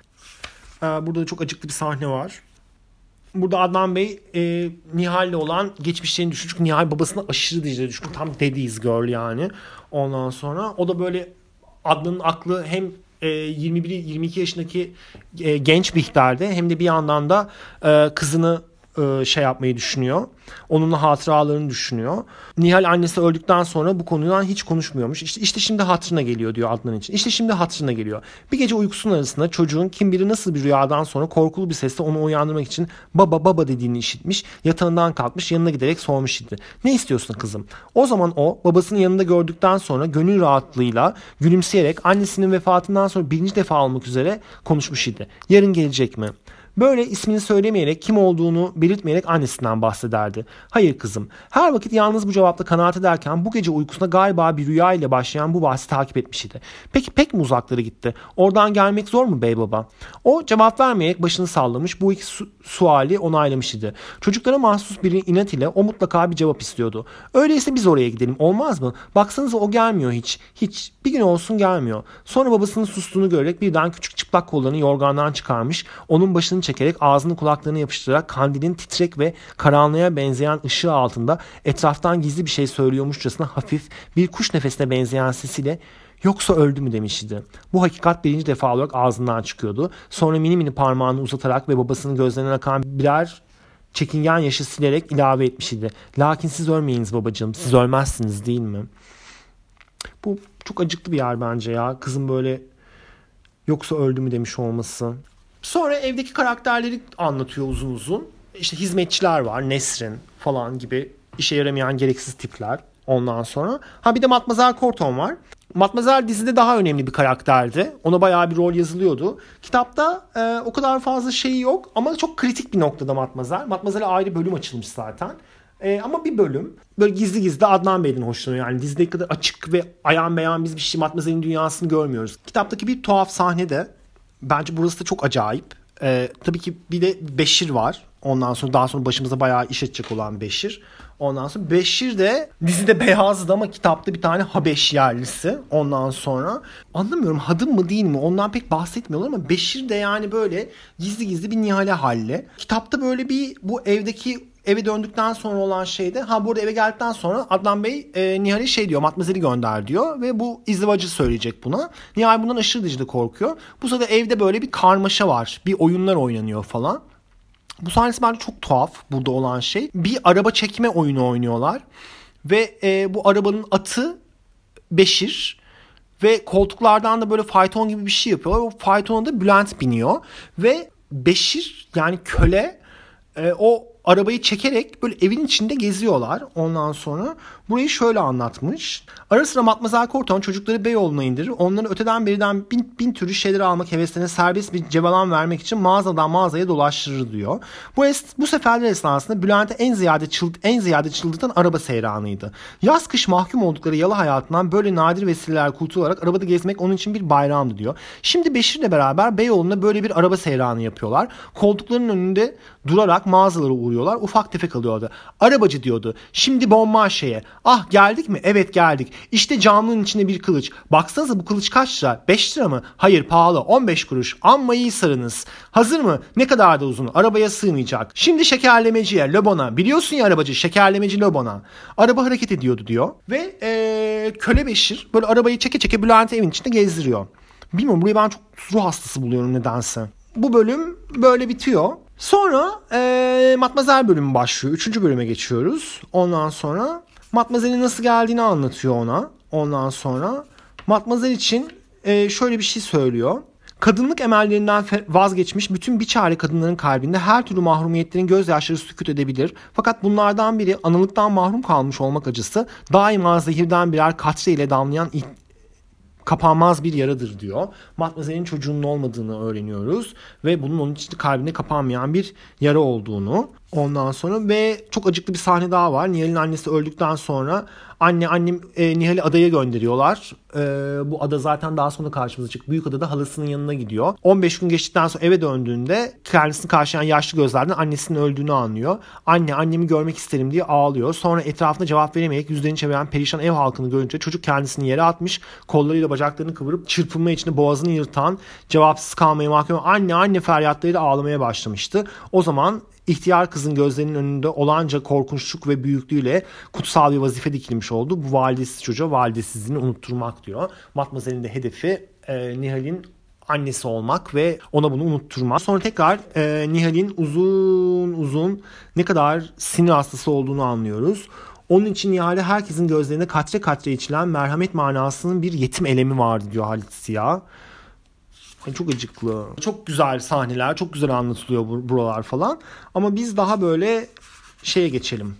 E, burada da çok acıklı bir sahne var. Burada Adnan Bey e, Nihal'le olan geçmişlerini düşünüyor. Çünkü Nihal babasına aşırı derecede düşkün. Tam daddy's girl yani. Ondan sonra o da böyle Adnan'ın aklı hem e, yirmi bir yirmi iki yaşındaki e, genç Bihter'de hem de bir yandan da e, kızını e, şey yapmayı düşünüyor. Onunla hatıralarını düşünüyor. Nihal annesi öldükten sonra bu konudan hiç konuşmuyormuş. İşte, işte şimdi hatırına geliyor diyor Adnan için. İşte şimdi hatırına geliyor. Bir gece uykusunun arasında çocuğun kim bilir nasıl bir rüyadan sonra korkulu bir sesle onu uyandırmak için baba baba dediğini işitmiş. Yatağından kalkmış, yanına giderek sormuş idi. Ne istiyorsun kızım? O zaman o babasının yanında gördükten sonra gönül rahatlığıyla gülümseyerek annesinin vefatından sonra birinci defa olmak üzere konuşmuş idi. Yarın gelecek mi? Böyle ismini söylemeyerek, kim olduğunu belirtmeyerek annesinden bahsederdi. Hayır kızım, her vakit yalnız bu cevapla kanaat ederken bu gece uykusunda galiba bir rüya ile başlayan bu bahsi takip etmiş idi. Peki pek mi uzaklara gitti? Oradan gelmek zor mu bey baba? O cevap vermeyerek başını sallamış, bu iki su- suali onaylamış idi. Çocuklara mahsus bir inat ile o mutlaka bir cevap istiyordu. Öyleyse biz oraya gidelim, olmaz mı? Baksanıza o gelmiyor hiç. Hiç. Bir gün olsun gelmiyor. Sonra babasının sustuğunu görerek birden küçük çıplak kollarını yorgandan çıkarmış, onun başını çekerek ağzını kulaklarına yapıştırarak kandilin titrek ve karanlığa benzeyen ışığı altında etraftan gizli bir şey söylüyormuşçasına hafif bir kuş nefesine benzeyen sesiyle yoksa öldü mü demişti. Bu hakikat birinci defa olarak ağzından çıkıyordu. Sonra mini mini parmağını uzatarak ve babasının gözlerinden akan birer çekingen yaşı silerek ilave etmiş idi. Lakin siz ölmeyiniz babacığım, siz ölmezsiniz değil mi? Bu çok acıklı bir yer bence ya. Kızım böyle yoksa öldü mü demiş olması. Sonra evdeki karakterleri anlatıyor uzun uzun. İşte hizmetçiler var, Nesrin falan gibi işe yaramayan gereksiz tipler. Ondan sonra ha bir de Matmazel Corton var. Matmazel dizide daha önemli bir karakterdi. Ona bayağı bir rol yazılıyordu. Kitapta e, o kadar fazla şeyi yok ama çok kritik bir noktada Matmazel. Matmazel'e ayrı bölüm açılmış zaten. E, ama bir bölüm böyle gizli gizli Adnan Bey'den hoşlanıyor. Yani dizideki kadar açık ve ayan beyan biz bir şey Matmazel'in dünyasını görmüyoruz. Kitaptaki bir tuhaf sahne de bence burası da çok acayip. Ee, tabii ki bir de Beşir var. Ondan sonra daha sonra başımıza bayağı iş edecek olan Beşir. Ondan sonra Beşir de dizide beyazdı ama kitapta bir tane Habeş yerlisi. Ondan sonra anlamıyorum hadım mı değil mi ondan pek bahsetmiyorlar ama Beşir de yani böyle gizli gizli bir Nihal'e halle. Kitapta böyle bir bu evdeki eve döndükten sonra olan şeyde ha burada eve geldikten sonra Adnan Bey e, Nihal'e şey diyor Matmazel'i gönder diyor ve bu izdivacı söyleyecek buna. Nihal bundan aşırı derecede korkuyor. Bu sırada evde böyle bir karmaşa var. Bir oyunlar oynanıyor falan. Bu sahnesi bence çok tuhaf burada olan şey. Bir araba çekme oyunu oynuyorlar. Ve e, bu arabanın atı Beşir. Ve koltuklardan da böyle fayton gibi bir şey yapıyorlar. O faytona da Bülent biniyor. Ve Beşir yani köle e, o arabayı çekerek böyle evin içinde geziyorlar. Ondan sonra burayı şöyle anlatmış. Ara sıra Matmazel Corton çocukları Beyoğlu'na indirir. Onları öteden beriden bin, bin türlü şeyler almak heveslerine serbest bir cevalan vermek için mağazadan mağazaya dolaştırır diyor. Bu, es, bu seferler esnasında Bülent'e en ziyade, çıldı, en ziyade çıldırtan araba seyranıydı. Yaz kış mahkum oldukları yalı hayatından böyle nadir vesileler kurtularak arabada gezmek onun için bir bayramdı diyor. Şimdi Beşir'le beraber Beyoğlu'nda böyle bir araba seyranı yapıyorlar. Koltuklarının önünde durarak mağazalara uğruyorlar. Ufak tefek alıyordu. Arabacı diyordu. Şimdi bomba şeye. Ah geldik mi? Evet geldik. İşte camının içinde bir kılıç. Baksanıza bu kılıç kaç lira? beş lira mı? Hayır pahalı. on beş kuruş. Amma iyi sarınız. Hazır mı? Ne kadar da uzun. Arabaya sığmayacak. Şimdi şekerlemeciye. Lobona. Biliyorsun ya arabacı. Şekerlemeci Lobona. Araba hareket ediyordu diyor. Ve ee, köle Beşir böyle arabayı çeke çeke Bülent'i evin içinde gezdiriyor. Bilmiyorum burayı ben çok ruh hastası buluyorum nedense. Bu bölüm böyle bitiyor. Sonra ee, Matmazel bölümü başlıyor. Üçüncü bölüme geçiyoruz. Ondan sonra Matmazel'in nasıl geldiğini anlatıyor ona. Ondan sonra Matmazel için e, şöyle bir şey söylüyor. Kadınlık emellerinden vazgeçmiş bütün biçare kadınların kalbinde her türlü mahrumiyetlerin gözyaşları sükût edebilir. Fakat bunlardan biri analıktan mahrum kalmış olmak acısı daima zehirden birer katre ile damlayan kapanmaz bir yaradır diyor. Matmazel'in çocuğunun olmadığını öğreniyoruz ve bunun onun için kalbine kapanmayan bir yara olduğunu. Ondan sonra ve çok acıklı bir sahne daha var. Nihal'in annesi öldükten sonra anne annem e, Nihal'i adaya gönderiyorlar. E, bu ada zaten daha sonra karşımıza çıkıyor. Büyük adada halasının yanına gidiyor. on beş gün geçtikten sonra eve döndüğünde kendisini karşılayan yaşlı gözlerden annesinin öldüğünü anlıyor. Anne annemi görmek isterim diye ağlıyor. Sonra etrafına cevap veremeyerek yüzlerini çeviren perişan ev halkını görünce çocuk kendisini yere atmış. Kollarıyla bacaklarını kıvırıp çırpınma içinde boğazını yırtan cevapsız kalmaya mahkum anne anne feryatlarıyla ağlamaya başlamıştı. O zaman İhtiyar kızın gözlerinin önünde olanca korkunçluk ve büyüklüğüyle kutsal bir vazife dikilmiş oldu. Bu validesiz çocuğa validesizliğini unutturmak diyor. Matmazel'in de hedefi e, Nihal'in annesi olmak ve ona bunu unutturmak. Sonra tekrar e, Nihal'in uzun uzun ne kadar sinir hastası olduğunu anlıyoruz. Onun için Nihal'e herkesin gözlerinde katre katre içilen merhamet manasının bir yetim elemi vardı diyor Halit Ziya. Yani çok acıklı. Çok güzel sahneler, çok güzel anlatılıyor buralar falan. Ama biz daha böyle şeye geçelim.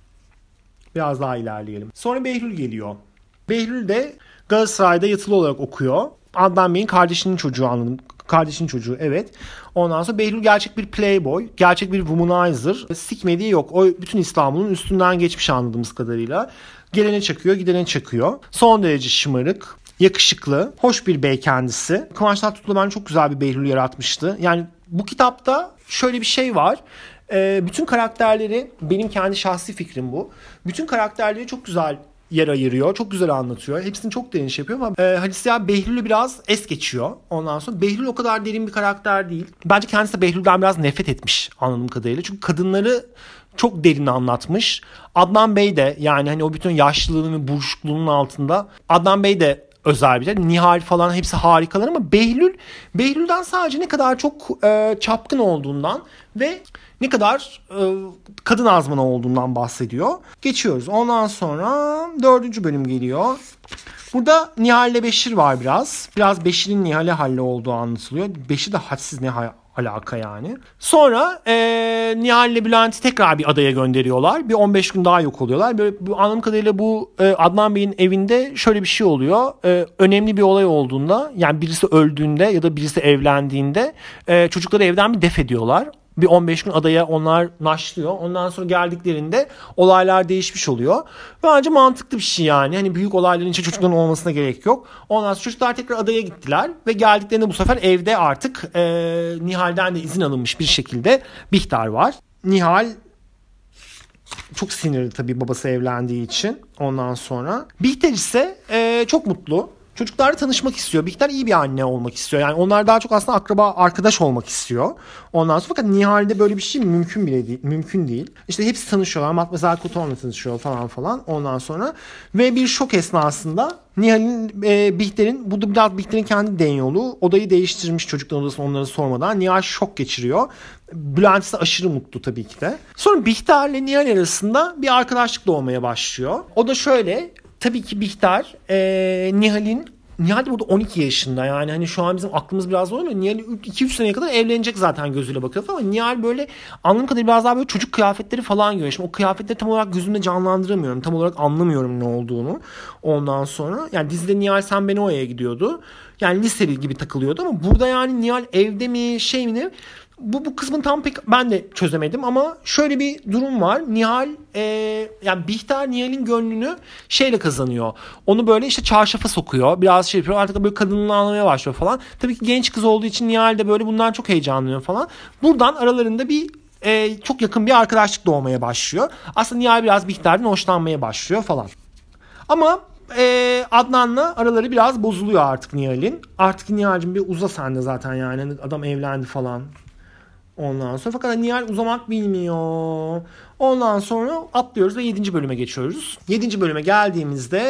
Biraz daha ilerleyelim. Sonra Behlül geliyor. Behlül de Galatasaray'da yatılı olarak okuyor. Adnan Bey'in kardeşinin çocuğu anladım. Kardeşinin çocuğu evet. Ondan sonra Behlül gerçek bir playboy. Gerçek bir womanizer. Sikmediği yok. O bütün İstanbul'un üstünden geçmiş anladığımız kadarıyla. Gelene çakıyor, gidene çakıyor. Son derece şımarık. Yakışıklı. Hoş bir bey kendisi. Kıvanç Tatlıtuğ bence çok güzel bir Behlül yaratmıştı. Yani bu kitapta şöyle bir şey var. Ee, bütün karakterleri, benim kendi şahsi fikrim bu. Bütün karakterleri çok güzel yer ayırıyor. Çok güzel anlatıyor. Hepsini çok derin şey yapıyor ama e, Halit Ziya Behlül'ü biraz es geçiyor. Ondan sonra Behlül o kadar derin bir karakter değil. Bence kendisi de Behlül'den biraz nefret etmiş anladığım kadarıyla. Çünkü kadınları çok derin anlatmış. Adnan Bey de yani hani o bütün yaşlılığının ve buruşukluğunun altında Adnan Bey de özel bir şey. Nihal falan hepsi harikalar ama Behlül Behlül'den sadece ne kadar çok e, çapkın olduğundan ve ne kadar e, kadın azmanı olduğundan bahsediyor. Geçiyoruz. Ondan sonra dördüncü bölüm geliyor. Burada Nihal ile Beşir var biraz. Biraz Beşir'in Nihal'e halle olduğu anlatılıyor. Beşir de hadsiz Nihal alaka yani. Sonra e, Nihal ile Bülent'i tekrar bir adaya gönderiyorlar. Bir on beş gün daha yok oluyorlar. Böyle bu, anladığım kadarıyla bu e, Adnan Bey'in evinde şöyle bir şey oluyor. E, önemli bir olay olduğunda yani birisi öldüğünde ya da birisi evlendiğinde e, çocukları evden bir def ediyorlar. Bir on beş gün adaya onlar naşlıyor. Ondan sonra geldiklerinde olaylar değişmiş oluyor. Bence mantıklı bir şey yani. Hani büyük olayların içinde çocukların olmasına gerek yok. Ondan sonra çocuklar tekrar adaya gittiler. Ve geldiklerinde bu sefer evde artık e, Nihal'den de izin alınmış bir şekilde Bihter var. Nihal çok sinirli tabii babası evlendiği için. Ondan sonra Bihter ise e, çok mutlu. Çocuklarla tanışmak istiyor. Bihter iyi bir anne olmak istiyor. Yani onlar daha çok aslında akraba, arkadaş olmak istiyor. Ondan sonra fakat Nihal'de böyle bir şey mümkün bile değil. Mümkün değil. İşte hepsi tanışıyorlar. Matmazel Koton'la tanışıyor falan falan. Ondan sonra ve bir şok esnasında Nihal'in, e, Bihter'in, bu da biraz Bihter'in kendi den yolu. Odayı değiştirmiş çocukların odasını onları sormadan. Nihal şok geçiriyor. Bülent ise aşırı mutlu tabii ki de. Sonra Bihter'le Nihal arasında bir arkadaşlık doğmaya başlıyor. O da şöyle. Tabii ki Bihter e, Nihal'in Nihal de burada on iki yaşında yani hani şu an bizim aklımız biraz oluyor. Nihal iki üç seneye kadar evlenecek zaten gözüyle bakıyor ama Nihal böyle anladığım kadarıyla biraz daha böyle çocuk kıyafetleri falan giyiyor. Şimdi o kıyafetleri tam olarak gözümde canlandıramıyorum. Tam olarak anlamıyorum ne olduğunu. Ondan sonra yani dizide Nihal Sen Beni Oya'ya gidiyordu. Yani liseli gibi takılıyordu ama burada yani Nihal evde mi şey mi ne? Bu, bu kısmını tam pek ben de çözemedim ama şöyle bir durum var. Nihal e, yani Bihter Nihal'in gönlünü şeyle kazanıyor. Onu böyle işte çarşafa sokuyor. Biraz şey yapıyor. Artık böyle kadınını anlamaya başlıyor falan. Tabii ki genç kız olduğu için Nihal de böyle bundan çok heyecanlanıyor falan. Buradan aralarında bir e, çok yakın bir arkadaşlık doğmaya başlıyor. Aslında Nihal biraz Bihter'den hoşlanmaya başlıyor falan. Ama e, Adnan'la araları biraz bozuluyor artık Nihal'in. Artık Nihal'cim bir uza sen de zaten yani. Adam evlendi falan. Ondan sonra fakat Nihal uzamak bilmiyor. Ondan sonra atlıyoruz ve yedinci bölüme geçiyoruz. yedinci bölüme geldiğimizde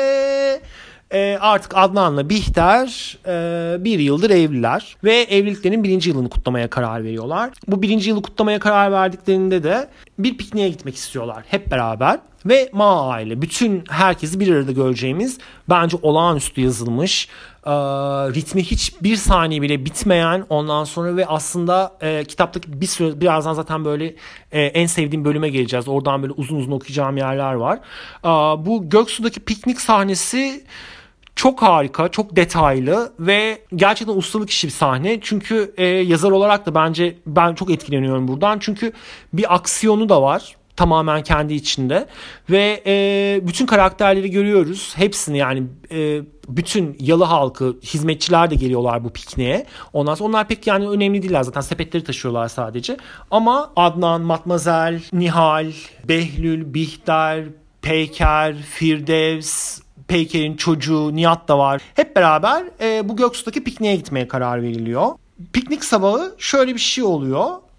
e, artık Adnan'la Bihter e, bir yıldır evliler. Ve evliliklerinin birinci yılını kutlamaya karar veriyorlar. Bu birinci yılı kutlamaya karar verdiklerinde de bir pikniğe gitmek istiyorlar hep beraber. Ve Ma aile bütün herkesi bir arada göreceğimiz bence olağanüstü yazılmış, e, ritmi hiç bir saniye bile bitmeyen ondan sonra ve aslında e, kitaptaki bir süre birazdan zaten böyle e, en sevdiğim bölüme geleceğiz. Oradan böyle uzun uzun okuyacağım yerler var. E, bu Göksu'daki piknik sahnesi çok harika, çok detaylı ve gerçekten ustalık işi bir sahne. Çünkü e, yazar olarak da bence ben çok etkileniyorum buradan. Çünkü bir aksiyonu da var. Tamamen kendi içinde ve e, bütün karakterleri görüyoruz. Hepsini yani e, bütün yalı halkı, hizmetçiler de geliyorlar bu pikniğe. Ondan sonra onlar pek yani önemli değiller zaten sepetleri taşıyorlar sadece. Ama Adnan, Matmazel, Nihal, Behlül, Bihter, Peyker, Firdevs, Peyker'in çocuğu Nihat da var. Hep beraber e, bu Göksu'daki pikniğe gitmeye karar veriliyor. Piknik sabahı şöyle bir şey oluyor.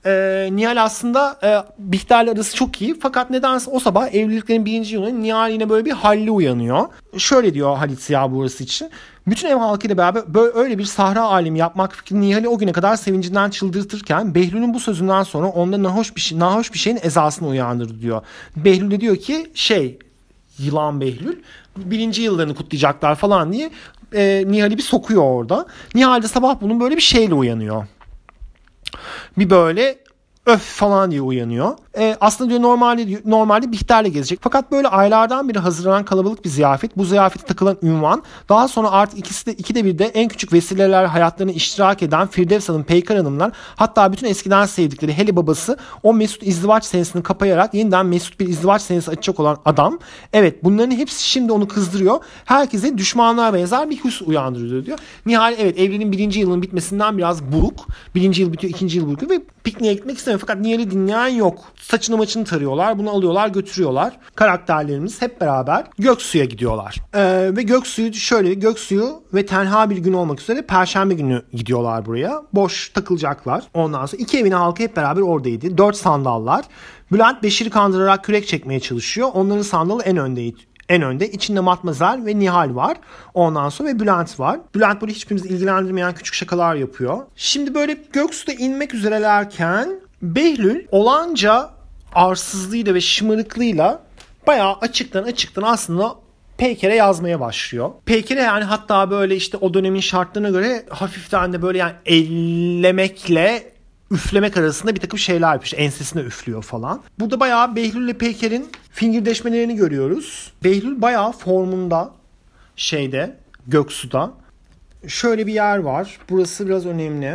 e, Nihal aslında e, Bihter'le arası çok iyi. Fakat nedense o sabah evliliklerin birinci yılında Nihal yine böyle bir halli uyanıyor. Şöyle diyor Halit Ziya burası için. Bütün ev halkıyla beraber böyle öyle bir sahra alemi yapmak fikri Nihal'i o güne kadar sevincinden çıldırtırken Behlül'ün bu sözünden sonra onda nahoş bir, şey, nahoş bir şeyin ezasını uyandırdı diyor. Behlül de diyor ki şey yılan Behlül birinci yıllarını kutlayacaklar falan diye e, Nihal'i bir sokuyor orada. Nihal de sabah bunun böyle bir şeyle uyanıyor. Bir böyle öf falan diye uyanıyor. E, aslında diyor normalde diyor, normalde Bihter'le gezecek. Fakat böyle aylardan beri hazırlanan kalabalık bir ziyafet. Bu ziyafete takılan ünvan. Daha sonra artık ikisi de ikide bir de en küçük vesileler hayatlarını iştirak eden Firdevs Hanım, Peyker Hanımlar, hatta bütün eskiden sevdikleri hele babası o mesut izdivaç senesini kapayarak yeniden mesut bir izdivaç senesi açacak olan adam. Evet, bunların hepsi şimdi onu kızdırıyor. Herkese düşmanlığa benzer bir hüs uyandırıyor diyor. Nihal evet evliliğin birinci yılının bitmesinden biraz buruk. Birinci yıl bitiyor, ikinci yıl buruk ve pikniğe gitmek istemiyor. Fakat Nihal'i dinleyen yok. Saçını maçını tarıyorlar. Bunu alıyorlar götürüyorlar. Karakterlerimiz hep beraber Göksu'ya gidiyorlar. Ee, ve Göksu'yu şöyle Göksu'yu ve tenha bir gün olmak üzere Perşembe günü gidiyorlar buraya. Boş takılacaklar. Ondan sonra iki evin halkı hep beraber oradaydı. Dört sandallar. Bülent Beşir'i kandırarak kürek çekmeye çalışıyor. Onların sandalı en öndeydi. En önde. İçinde Matmazel ve Nihal var. Ondan sonra ve Bülent var. Bülent böyle hiçbirimizi ilgilendirmeyen küçük şakalar yapıyor. Şimdi böyle Göksu'da inmek üzerelerken Behlül olanca arsızlığıyla ve şımarıklığıyla bayağı açıktan açıktan aslında Peyker'e yazmaya başlıyor. Peyker'e yani hatta böyle işte o dönemin şartlarına göre hafiften de böyle yani ellemekle üflemek arasında bir takım şeyler yapmış. Ensesine üflüyor falan. Burada bayağı Behlül ile Peyker'in fingirdeşmelerini görüyoruz. Behlül bayağı formunda şeyde Göksu'da. Şöyle bir yer var. Burası biraz önemli.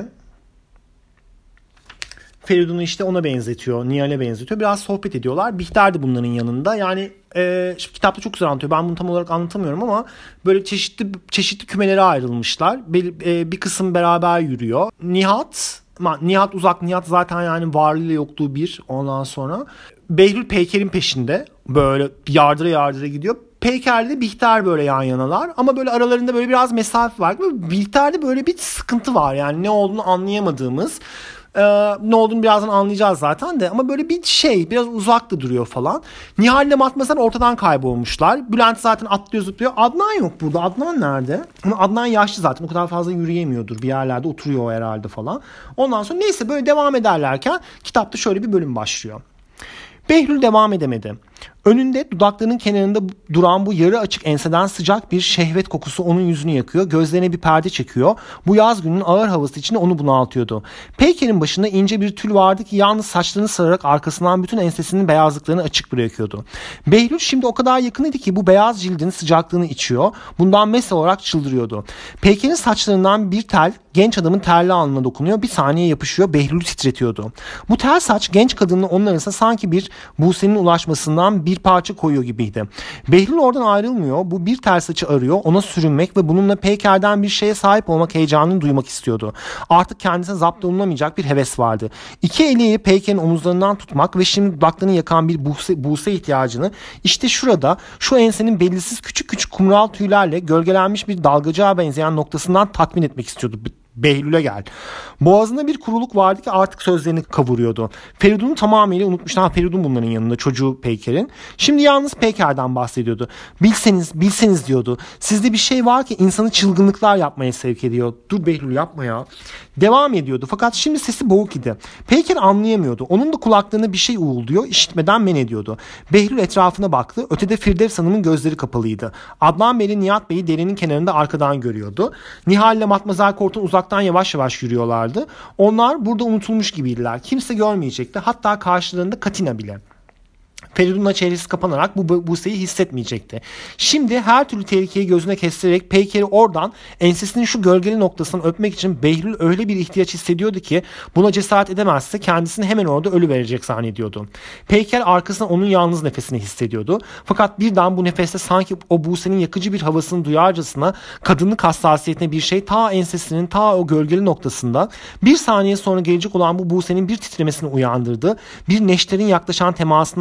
Feridun'u işte ona benzetiyor. Nihal'e benzetiyor. Biraz sohbet ediyorlar. Bihter de bunların yanında. Yani e, şimdi kitapta çok güzel anlatıyor. Ben bunu tam olarak anlatamıyorum ama böyle çeşitli çeşitli kümelere ayrılmışlar. Bir, e, bir kısım beraber yürüyor. Nihat Nihat uzak. Nihat zaten yani varlığıyla yokluğu bir. Ondan sonra Behlül Peyker'in peşinde. Böyle yardıra yardıra gidiyor. Peyker'le de Bihter böyle yan yanalar. Ama böyle aralarında böyle biraz mesafe var. Bihter'de böyle bir sıkıntı var. Yani ne olduğunu anlayamadığımız. Ee, ne olduğunu birazdan anlayacağız zaten de. Ama böyle bir şey biraz uzakta duruyor falan. Nihal ile Matmazel ortadan kaybolmuşlar. Bülent zaten atlıyor zıplıyor. Adnan yok burada. Adnan nerede? Ama Adnan yaşlı zaten. O kadar fazla yürüyemiyordur. Bir yerlerde oturuyor herhalde falan. Ondan sonra neyse böyle devam ederlerken kitapta şöyle bir bölüm başlıyor. Behlül devam edemedi. Önünde dudaklarının kenarında duran bu yarı açık enseden sıcak bir şehvet kokusu onun yüzünü yakıyor. Gözlerine bir perde çekiyor. Bu yaz gününün ağır havası içinde onu bunaltıyordu. Peyker'in başında ince bir tül vardı ki yalnız saçlarını sararak arkasından bütün ensesinin beyazlıklarını açık bırakıyordu. Behlül şimdi o kadar yakınıydı ki bu beyaz cildin sıcaklığını içiyor. Bundan mes olarak çıldırıyordu. Peyker'in saçlarından bir tel genç adamın terli alnına dokunuyor. Bir saniye yapışıyor. Behlül'ü titretiyordu. Bu tel saç genç kadınla onun arasında sanki bir Buse'nin ulaşmasından bir parça koyuyor gibiydi. Behlül oradan ayrılmıyor. Bu bir tel saçı arıyor. Ona sürünmek ve bununla Peyker'den bir şeye sahip olmak heyecanını duymak istiyordu. Artık kendisine zapt olunamayacak bir heves vardı. İki eliyle Peyker'in omuzlarından tutmak ve şimdi dudaklarını yakan bir Buse, Buse ihtiyacını işte şurada şu ensenin bellisiz küçük küçük kumral tüylerle gölgelenmiş bir dalgacığa benzeyen noktasından tatmin etmek istiyordu. Behlül'e gel. Boğazında bir kuruluk vardı ki artık sözlerini kavuruyordu. Feridun'u tamamıyla unutmuştu. Ha, Feridun bunların yanında, çocuğu Peyker'in. Şimdi yalnız Peyker'den bahsediyordu. Bilseniz, bilseniz diyordu. Sizde bir şey var ki insanı çılgınlıklar yapmaya sevk ediyor. Dur Behlül yapma ya. Devam ediyordu. Fakat şimdi sesi boğuk idi. Peyker anlayamıyordu. Onun da kulaklarına bir şey uğulduyor. İşitmeden men ediyordu. Behlül etrafına baktı. Ötede Firdevs Hanım'ın gözleri kapalıydı. Adnan Bey'le Nihat Bey'i derenin kenarında arkadan görüyordu. Nihal ile Matmazel Kort'un uzaktan yavaş yavaş yürüyorlardı. Onlar burada unutulmuş gibiydiler. Kimse görmeyecekti. Hatta karşılarında Katina bile. Feridun'la çehresi kapanarak bu Buse'yi hissetmeyecekti. Şimdi her türlü tehlikeyi gözüne kestirerek Peyker'i oradan ensesinin şu gölgeli noktasından öpmek için Behlül öyle bir ihtiyaç hissediyordu ki buna cesaret edemezse kendisini hemen orada ölü verecek zannediyordu. Peyker arkasında onun yalnız nefesini hissediyordu. Fakat birden bu nefeste sanki o Buse'nin yakıcı bir havasını duyarcasına kadınlık hassasiyetine bir şey ta ensesinin ta o gölgeli noktasında bir saniye sonra gelecek olan bu Buse'nin bir titremesini uyandırdı. Bir neşterin yaklaşan temasından kaçınan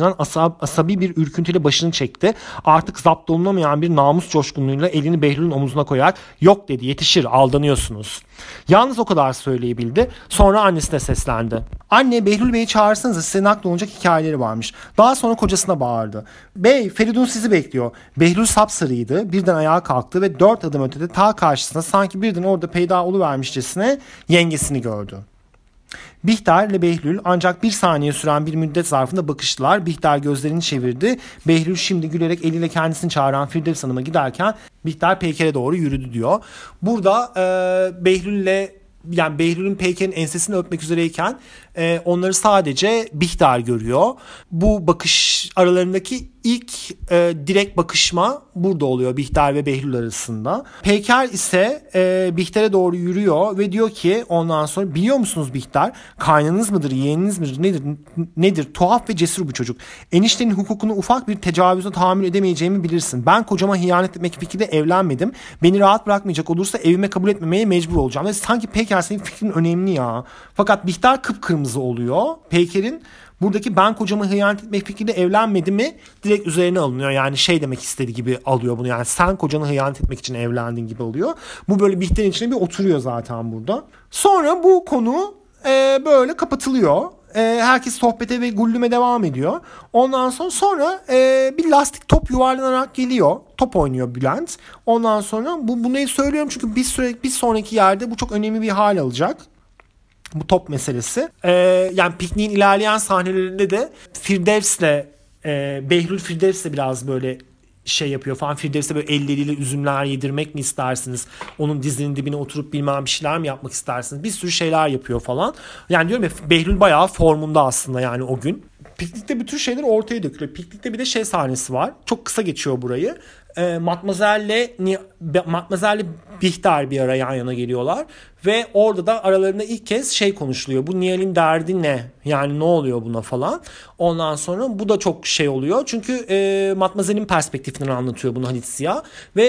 içinden asab, asabi bir ürküntüyle başını çekti. Artık zapt olunamayan bir namus coşkunluğuyla elini Behlül'ün omuzuna koyarak yok dedi, yetişir, aldanıyorsunuz. Yalnız o kadar söyleyebildi. Sonra annesine seslendi. Anne, Behlül Bey'i çağırsanıza, size naklolunacak hikayeleri varmış. Daha sonra kocasına bağırdı. Bey, Feridun sizi bekliyor. Behlül sapsarıydı. Birden ayağa kalktı ve dört adım ötede ta karşısında sanki birden orada peyda oluvermişçesine yengesini gördü. Bihter ile Behlül ancak bir saniye süren bir müddet zarfında bakıştılar. Bihter gözlerini çevirdi. Behlül şimdi gülerek eliyle kendisini çağıran Firdevs Hanım'a giderken Bihter Peyker'e doğru yürüdü diyor. Burada e, Behlül'le yani Behlül'ün Peyker'in ensesini öpmek üzereyken e, onları sadece Bihter görüyor. Bu bakış aralarındaki ilk e, direkt bakışma burada oluyor Bihter ve Behlül arasında. Peyker ise e, Bihter'e doğru yürüyor ve diyor ki ondan sonra, biliyor musunuz Bihter, kaynınız mıdır, yeğeniniz midir, nedir, nedir, tuhaf ve cesur bu çocuk. Eniştenin hukukunu ufak bir tecavüze tahammül edemeyeceğimi bilirsin. Ben kocama hıyanet etmek fikriyle evlenmedim. Beni rahat bırakmayacak olursa evime kabul etmemeye mecbur olacağım. Ve sanki Peyker senin fikrin önemli ya. Fakat Bihter kıpkırmızı oluyor. Peyker'in buradaki ben kocama hıyanet etmek fikriyle evlenmedi mi direkt üzerine alınıyor. Yani şey demek istediği gibi alıyor bunu. Yani sen kocanı hıyanet etmek için evlendin gibi oluyor. Bu böyle Bihter'in içine bir oturuyor zaten burada. Sonra bu konu e, böyle kapatılıyor. E, herkes sohbete ve gullüme devam ediyor. Ondan sonra sonra e, bir lastik top yuvarlanarak geliyor. Top oynuyor Bülent. Ondan sonra bu bunu söylüyorum çünkü bir süre bir sonraki yerde bu çok önemli bir hal alacak. Bu top meselesi. Ee, yani pikniğin ilerleyen sahnelerinde de Firdevs'le e, Behlül Firdevs'le biraz böyle şey yapıyor falan. Firdevs'e böyle elleriyle üzümler yedirmek mi istersiniz? Onun dizinin dibine oturup bilmem bir şeyler mi yapmak istersiniz? Bir sürü şeyler yapıyor falan. Yani diyorum ya, Behlül bayağı formunda aslında yani o gün. Piknikte bütün şeyler ortaya dökülüyor. Piknikte bir de şey sahnesi var. Çok kısa geçiyor burayı. E, Matmazel'le Matmazel'le Bihter bir ara yan yana geliyorlar. Ve orada da aralarında ilk kez şey konuşuluyor. Bu Nihal'in derdi ne? Yani ne oluyor buna falan. Ondan sonra bu da çok şey oluyor. Çünkü e, Matmazel'in perspektifinden anlatıyor bunu Halit Ziya. Ve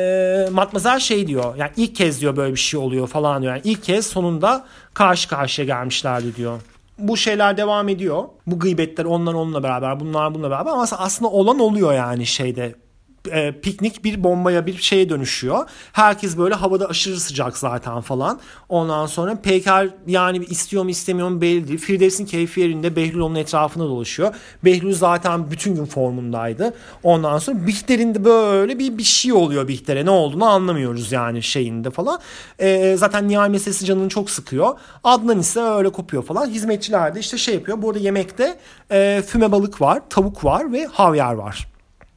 e, Matmazel şey diyor. Yani ilk kez diyor böyle bir şey oluyor falan diyor. Yani ilk kez sonunda karşı karşıya gelmişlerdi diyor. Bu şeyler devam ediyor. Bu gıybetler onlar onunla beraber, bunlar bununla beraber, ama aslında olan oluyor yani şeyde. E, piknik bir bombaya, bir şeye dönüşüyor. Herkes böyle havada aşırı sıcak zaten falan. Ondan sonra Peyker yani istiyor mu istemiyor mu belli değil. Firdevs'in keyfi yerinde, Behlül onun etrafında dolaşıyor. Behlül zaten bütün gün formundaydı. Ondan sonra Bihter'in de böyle bir, bir şey oluyor Bihter'e. Ne olduğunu anlamıyoruz yani şeyinde falan. E, zaten Nihal meselesi canını çok sıkıyor. Adnan ise öyle kopuyor falan. Hizmetçiler de işte şey yapıyor. Bu arada yemekte e, füme balık var, tavuk var ve havyar var.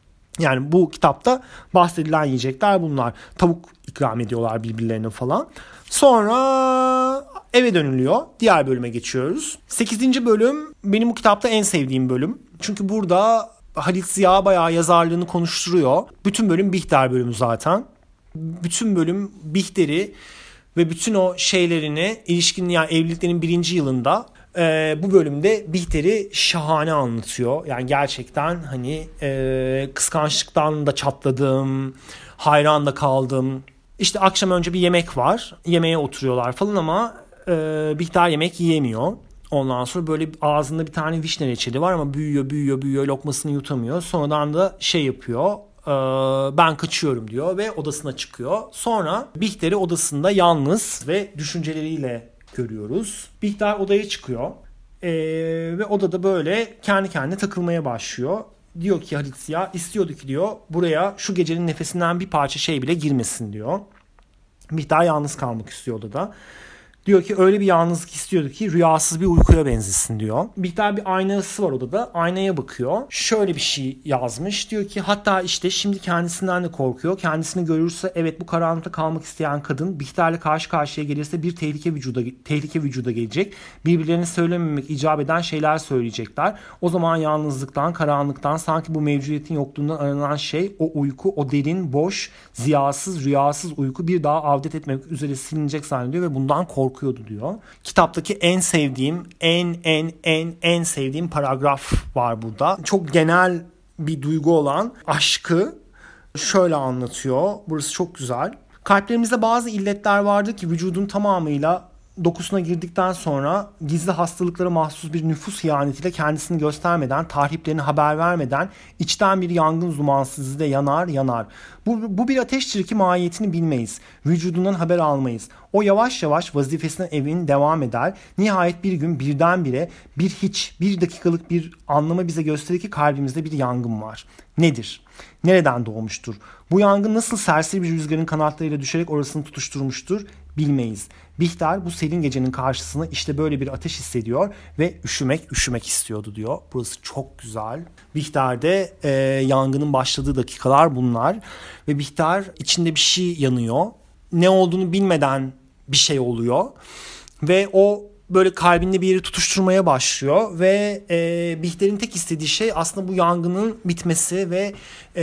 Yani bu kitapta bahsedilen yiyecekler bunlar. Tavuk ikram ediyorlar birbirlerine falan. Sonra eve dönülüyor. Diğer bölüme geçiyoruz. sekizinci bölüm benim bu kitapta en sevdiğim bölüm. Çünkü burada Halit Ziya bayağı yazarlığını konuşturuyor. Bütün bölüm Bihter bölümü zaten. Bütün bölüm Bihter'i ve bütün o şeylerini, ilişkinin yani evliliklerin birinci yılında Ee, bu bölümde Bihter'i şahane anlatıyor. Yani gerçekten hani e, kıskançlıktan da çatladım, hayran da kaldım. İşte akşam önce bir yemek var, yemeğe oturuyorlar falan ama e, Bihter yemek yiyemiyor. Ondan sonra böyle ağzında bir tane vişne reçeli var ama büyüyor büyüyor büyüyor, lokmasını yutamıyor. Sonradan da şey yapıyor, e, ben kaçıyorum diyor ve odasına çıkıyor. Sonra Bihter'i odasında yalnız ve düşünceleriyle görüyoruz. Bihter odaya çıkıyor ee, ve odada böyle kendi kendine takılmaya başlıyor. Diyor ki Halit Ziya, istiyordu ki diyor buraya şu gecenin nefesinden bir parça şey bile girmesin diyor. Bihter yalnız kalmak istiyor odada. Diyor ki öyle bir yalnızlık istiyordu ki rüyasız bir uykuya benzesin diyor. Bihter bir aynası var odada. Aynaya bakıyor. Şöyle bir şey yazmış. Diyor ki hatta işte şimdi kendisinden de korkuyor. Kendisini görürse evet bu karanlıkta kalmak isteyen kadın Bihter'le karşı karşıya gelirse bir tehlike vücuda tehlike vücuda gelecek. Birbirlerine söylememek icap eden şeyler söyleyecekler. O zaman yalnızlıktan, karanlıktan, sanki bu mevcudiyetin yokluğundan aranan şey o uyku, o derin, boş, ziyasız, rüyasız uyku bir daha avdet etmek üzere silinecek zannediyor ve bundan korkuyor. okuyordu diyor. Kitaptaki en sevdiğim, en en en en sevdiğim paragraf var burada. Çok genel bir duygu olan aşkı şöyle anlatıyor. Burası çok güzel. Kalplerimizde bazı illetler vardır ki vücudun tamamıyla dokusuna girdikten sonra gizli hastalıklara mahsus bir nüfus ihanetiyle kendisini göstermeden, tahriplerini haber vermeden içten bir yangın zumansızlığı yanar yanar. Bu, bu bir ateştir ki mahiyetini bilmeyiz. Vücudundan haber almayız. O yavaş yavaş vazifesine evin devam eder. Nihayet bir gün birdenbire bir hiç, bir dakikalık bir anlama bize gösterir ki kalbimizde bir yangın var. Nedir? Nereden doğmuştur? Bu yangın nasıl serseri bir rüzgarın kanatlarıyla düşerek orasını tutuşturmuştur? Bilmeyiz. Bihter bu serin gecenin karşısında işte böyle bir ateş hissediyor ve üşümek üşümek istiyordu diyor. Burası çok güzel. Bihter'de e, yangının başladığı dakikalar bunlar ve Bihter içinde bir şey yanıyor. Ne olduğunu bilmeden bir şey oluyor ve o böyle kalbinde bir yeri tutuşturmaya başlıyor ve e, Bihter'in tek istediği şey aslında bu yangının bitmesi ve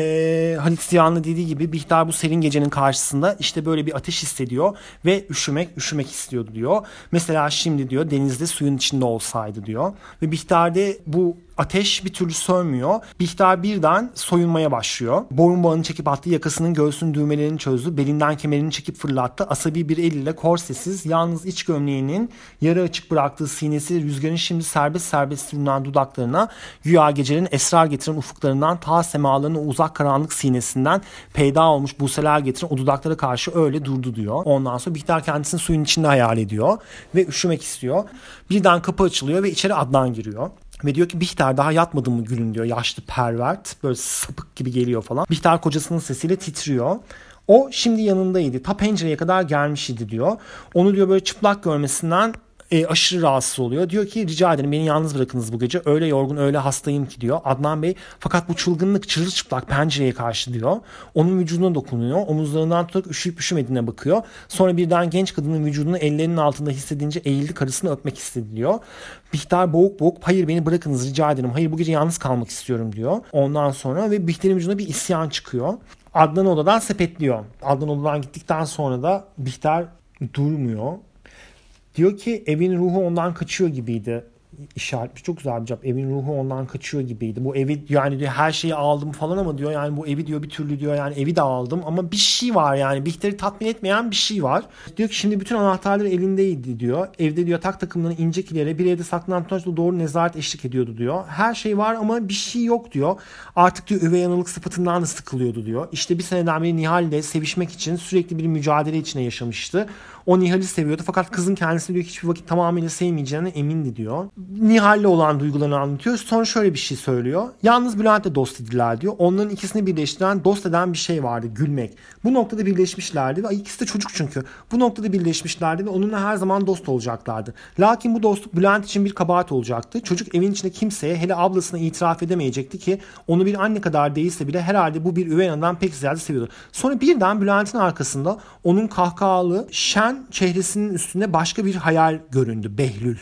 e, Halit Ziya'nın dediği gibi Bihter bu serin gecenin karşısında işte böyle bir ateş hissediyor ve üşümek üşümek istiyordu diyor. Mesela şimdi diyor denizde suyun içinde olsaydı diyor ve Bihter'de bu ateş bir türlü sönmüyor. Bihter birden soyunmaya başlıyor. Boyun bağını çekip attı, yakasının göğsünün düğmelerini çözdü, belinden kemerini çekip fırlattı. Asabi bir eliyle korsesiz, yalnız iç gömleğinin yarı açık bıraktığı sinesi rüzgarın şimdi serbest serbest sürünen dudaklarına, güya gecenin esrar getiren ufuklarından ta semaların o uzak karanlık sinesinden peyda olmuş buseler getiren o dudaklara karşı öyle durdu diyor. Ondan sonra Bihter kendisini suyun içinde hayal ediyor ve üşümek istiyor. Birden kapı açılıyor ve içeri Adnan giriyor. Ve diyor ki Bihter daha yatmadın mı gülüm diyor. Yaşlı pervert. Böyle sapık gibi geliyor falan. Bihter kocasının sesiyle titriyor. O şimdi yanındaydı. Ta pencereye kadar gelmiş idi diyor. Onu diyor böyle çıplak görmesinden e, aşırı rahatsız oluyor. Diyor ki rica ederim beni yalnız bırakınız bu gece. Öyle yorgun öyle hastayım ki diyor. Adnan Bey fakat bu çılgınlık çırılçıplak pencereye karşı diyor. Onun vücuduna dokunuyor. Omuzlarından tutarak üşüyüp üşümediğine bakıyor. Sonra birden genç kadının vücudunu ellerinin altında hissedince eğildi karısını öpmek istedi diyor. Bihter boğuk boğuk hayır beni bırakınız rica ederim. Hayır bu gece yalnız kalmak istiyorum diyor. Ondan sonra ve Bihter'in vücuduna bir isyan çıkıyor. Adnan odadan sepetliyor. Adnan odadan gittikten sonra da Bihter durmuyor. Diyor ki evin ruhu ondan kaçıyor gibiydi. İşaret çok güzel bir cevap. Evin ruhu ondan kaçıyor gibiydi. Bu evi yani diyor her şeyi aldım falan ama diyor yani bu evi diyor bir türlü diyor yani evi de aldım ama bir şey var yani Bihter'i tatmin etmeyen bir şey var. Diyor ki şimdi bütün anahtarlar elindeydi diyor. Evde diyor tak takımlarını ince kilere bir evde saklanan tutançla doğru nezaret eşlik ediyordu diyor. Her şey var ama bir şey yok diyor. Artık diyor üvey analık sıfatından da sıkılıyordu diyor. İşte bir seneden beri Nihal'le sevişmek için sürekli bir mücadele içine yaşamıştı. O Nihal'i seviyordu fakat kızın kendisi diyor hiçbir vakit tamamıyla sevmeyeceğine emindi diyor. Nihal'le olan duygularını anlatıyor. Sonra şöyle bir şey söylüyor. Yalnız Bülent'le dost idiler diyor. Onların ikisini birleştiren dost eden bir şey vardı. Gülmek. Bu noktada birleşmişlerdi ve ikisi de çocuk çünkü. Bu noktada birleşmişlerdi ve onunla her zaman dost olacaklardı. Lakin bu dostluk Bülent için bir kabahat olacaktı. Çocuk evin içinde kimseye hele ablasına itiraf edemeyecekti ki onu bir anne kadar değilse bile herhalde bu bir üvey anadan pek ziyade seviyordu. Sonra birden Bülent'in arkasında onun kahkahalı şen çehresinin üstünde başka bir hayal göründü. Behlül.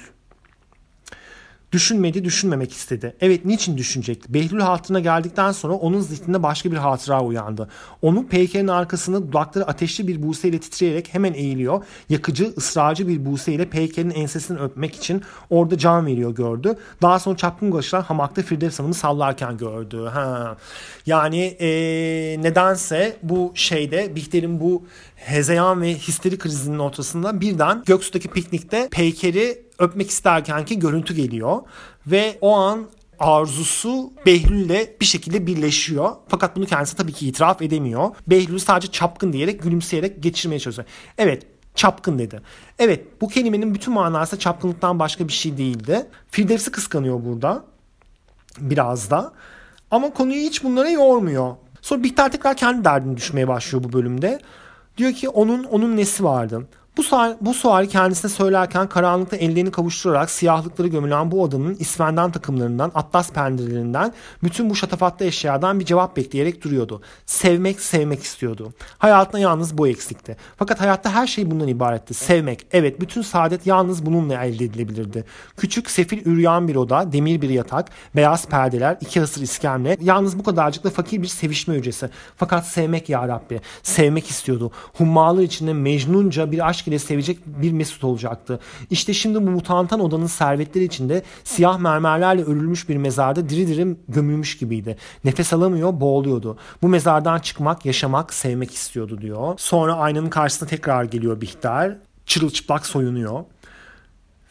Düşünmedi, düşünmemek istedi. Evet, niçin düşünecekti? Behlül hatırına geldikten sonra onun zihninde başka bir hatıra uyandı. Onu Peyker'in arkasında dudakları ateşli bir buseyle titreyerek hemen eğiliyor. Yakıcı, ısrarcı bir buseyle Peyker'in ensesini öpmek için orada can veriyor gördü. Daha sonra çapkın koşular hamakta Firdevs Hanım'ı sallarken gördü. Ha. Yani ee, nedense bu şeyde Bihter'in bu hezeyan ve histeri krizinin ortasında birden Göksu'daki piknikte Peyker'i öpmek isterkenki görüntü geliyor ve o an arzusu Behlül'le bir şekilde birleşiyor. Fakat bunu kendisi tabii ki itiraf edemiyor. Behlül sadece çapkın diyerek gülümseyerek geçirmeye çalışıyor. Evet, çapkın dedi. Evet, bu kelimenin bütün manası çapkınlıktan başka bir şey değildi. Firdevs'i kıskanıyor burada biraz da. Ama konuyu hiç bunlara yormuyor. Sonra Bihter tekrar kendi derdini düşmeye başlıyor bu bölümde. Diyor ki onun onun nesi vardı? Bu, sual, bu suali kendisine söylerken karanlıkta ellerini kavuşturarak siyahlıkları gömülen bu odanın isfenden takımlarından, atlas pencerelerinden, bütün bu şatafatlı eşyadan bir cevap bekleyerek duruyordu. Sevmek, sevmek istiyordu. Hayatına yalnız bu eksikti. Fakat hayatta her şey bundan ibaretti. Sevmek, evet bütün saadet yalnız bununla elde edilebilirdi. Küçük, sefil, üryan bir oda, demir bir yatak, beyaz perdeler, iki hasır iskemle, yalnız bu kadarcıkla fakir bir sevişme hücresi. Fakat sevmek ya Rabbi, sevmek istiyordu. Hummalı içinde mecnunca bir aşk ile sevecek bir Mesut olacaktı. İşte şimdi bu mutantan odanın servetleri içinde siyah mermerlerle örülmüş bir mezarda diri diri gömülmüş gibiydi. Nefes alamıyor, boğuluyordu. Bu mezardan çıkmak, yaşamak, sevmek istiyordu diyor. Sonra aynanın karşısına tekrar geliyor Bihter. Çırılçıplak soyunuyor.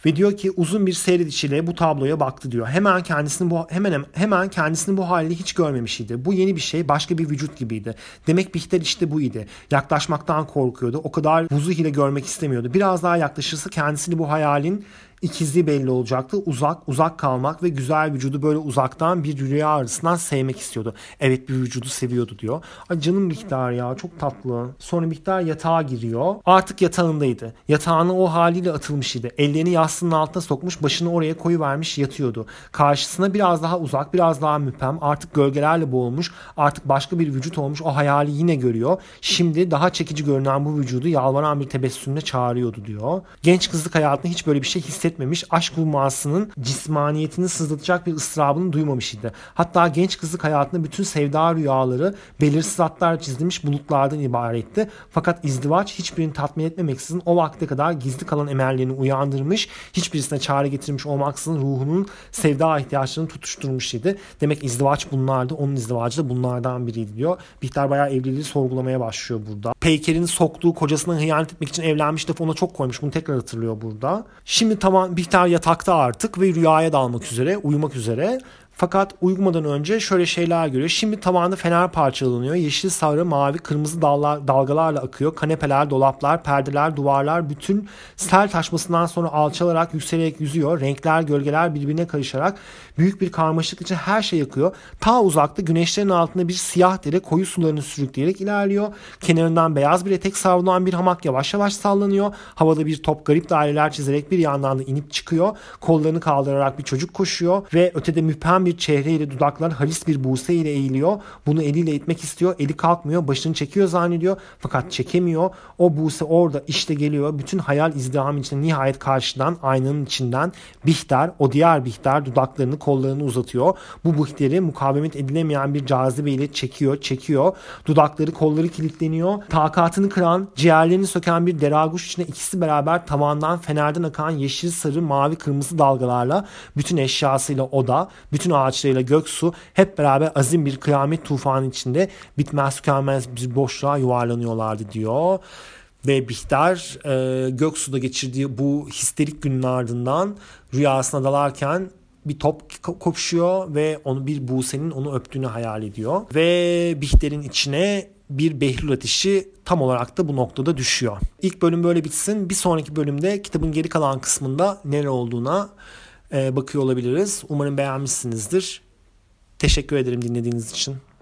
ve diyor ki uzun bir seyredişiyle bu tabloya baktı diyor. Hemen kendisini bu hemen hemen kendisini bu haliyle hiç görmemiş idi. Bu yeni bir şey, başka bir vücut gibiydi. Demek Bihter işte bu idi. Yaklaşmaktan korkuyordu. O kadar vuzuh ile görmek istemiyordu. Biraz daha yaklaşırsa kendisini bu hayalin ikizliği belli olacaktı. Uzak, uzak kalmak ve güzel vücudu böyle uzaktan bir rüya arasından sevmek istiyordu. Evet, bir vücudu seviyordu diyor. Ay canım Bihter ya, çok tatlı. Sonra Bihter yatağa giriyor. Artık yatağındaydı. Yatağına o haliyle atılmış idi. Ellerini yastığının altına sokmuş, başını oraya koyuvermiş yatıyordu. Karşısına biraz daha uzak, biraz daha müphem, artık gölgelerle boğulmuş, artık başka bir vücut olmuş, o hayali yine görüyor. Şimdi daha çekici görünen bu vücudu yalvaran bir tebessümle çağırıyordu diyor. Genç kızlık hayatında hiç böyle bir şey hissetmemiş. Aşk bulmasının cismaniyetini sızlatacak bir ıstırabını duymamış idi. Hatta genç kızlık hayatında bütün sevda rüyaları belirsiz hatlar çizilmiş bulutlardan ibaretti. Fakat izdivaç hiçbirini tatmin etmemeksizin o vakte kadar gizli kalan emellerini uyandırmış, hiçbirisine çare getirmiş olmaksızın ruhunun sevda ihtiyaçlarını tutuşturmuş idi. Demek izdivaç bunlardı. Onun izdivacı da bunlardan biriydi diyor. Bihter bayağı evliliği sorgulamaya başlıyor burada. Peyker'in soktuğu kocasına hıyanet etmek için evlenmiş, lafı ona çok koymuş. Bunu tekrar hatırlıyor burada. Şimdi tamam, Bihter yatakta artık ve rüyaya dalmak üzere, uyumak üzere. Fakat uyumadan önce şöyle şeyler görüyor. Şimdi tavanda fener parçalanıyor. Yeşil, sarı, mavi, kırmızı dallar, dalgalarla akıyor. Kanepeler, dolaplar, perdeler, duvarlar bütün sel taşmasından sonra alçalarak, yükselerek yüzüyor. Renkler, gölgeler birbirine karışarak büyük bir karmaşık için her şey yakıyor. Ta uzakta güneşlerin altında bir siyah dere koyu sularını sürükleyerek ilerliyor. Kenarından beyaz bir etek savrulan bir hamak yavaş yavaş sallanıyor. Havada bir top garip daireler çizerek bir yandan da inip çıkıyor. Kollarını kaldırarak bir çocuk koşuyor ve ötede müphem bir çehreyle dudaklar halis bir buse ile eğiliyor. Bunu eliyle itmek istiyor. Eli kalkmıyor. Başını çekiyor zannediyor. Fakat çekemiyor. O buse orada işte geliyor. Bütün hayal izdihamı içinde nihayet karşıdan, aynanın içinden Bihter, o diğer Bihter dudaklarını, kollarını uzatıyor. Bu Bihter'i mukavemet edilemeyen bir cazibeyle çekiyor, çekiyor. Dudakları, kolları kilitleniyor. Takatını kıran, ciğerlerini söken bir deraguş içinde ikisi beraber tavandan, fenerden akan yeşil, sarı, mavi, kırmızı dalgalarla bütün eşyasıyla oda, bütün ağaçlarıyla göksu hep beraber azim bir kıyamet tufanı içinde bitmez tükenmez bir boşluğa yuvarlanıyorlardı diyor. Ve Bihter e, Göksu'da geçirdiği bu histerik günün ardından rüyasına dalarken bir top kopuşuyor ve onu bir Buse'nin onu öptüğünü hayal ediyor. Ve Bihter'in içine bir Behlül ateşi tam olarak da bu noktada düşüyor. İlk bölüm böyle bitsin. Bir sonraki bölümde kitabın geri kalan kısmında neler olduğuna bakıyor olabiliriz. Umarım beğenmişsinizdir. Teşekkür ederim dinlediğiniz için.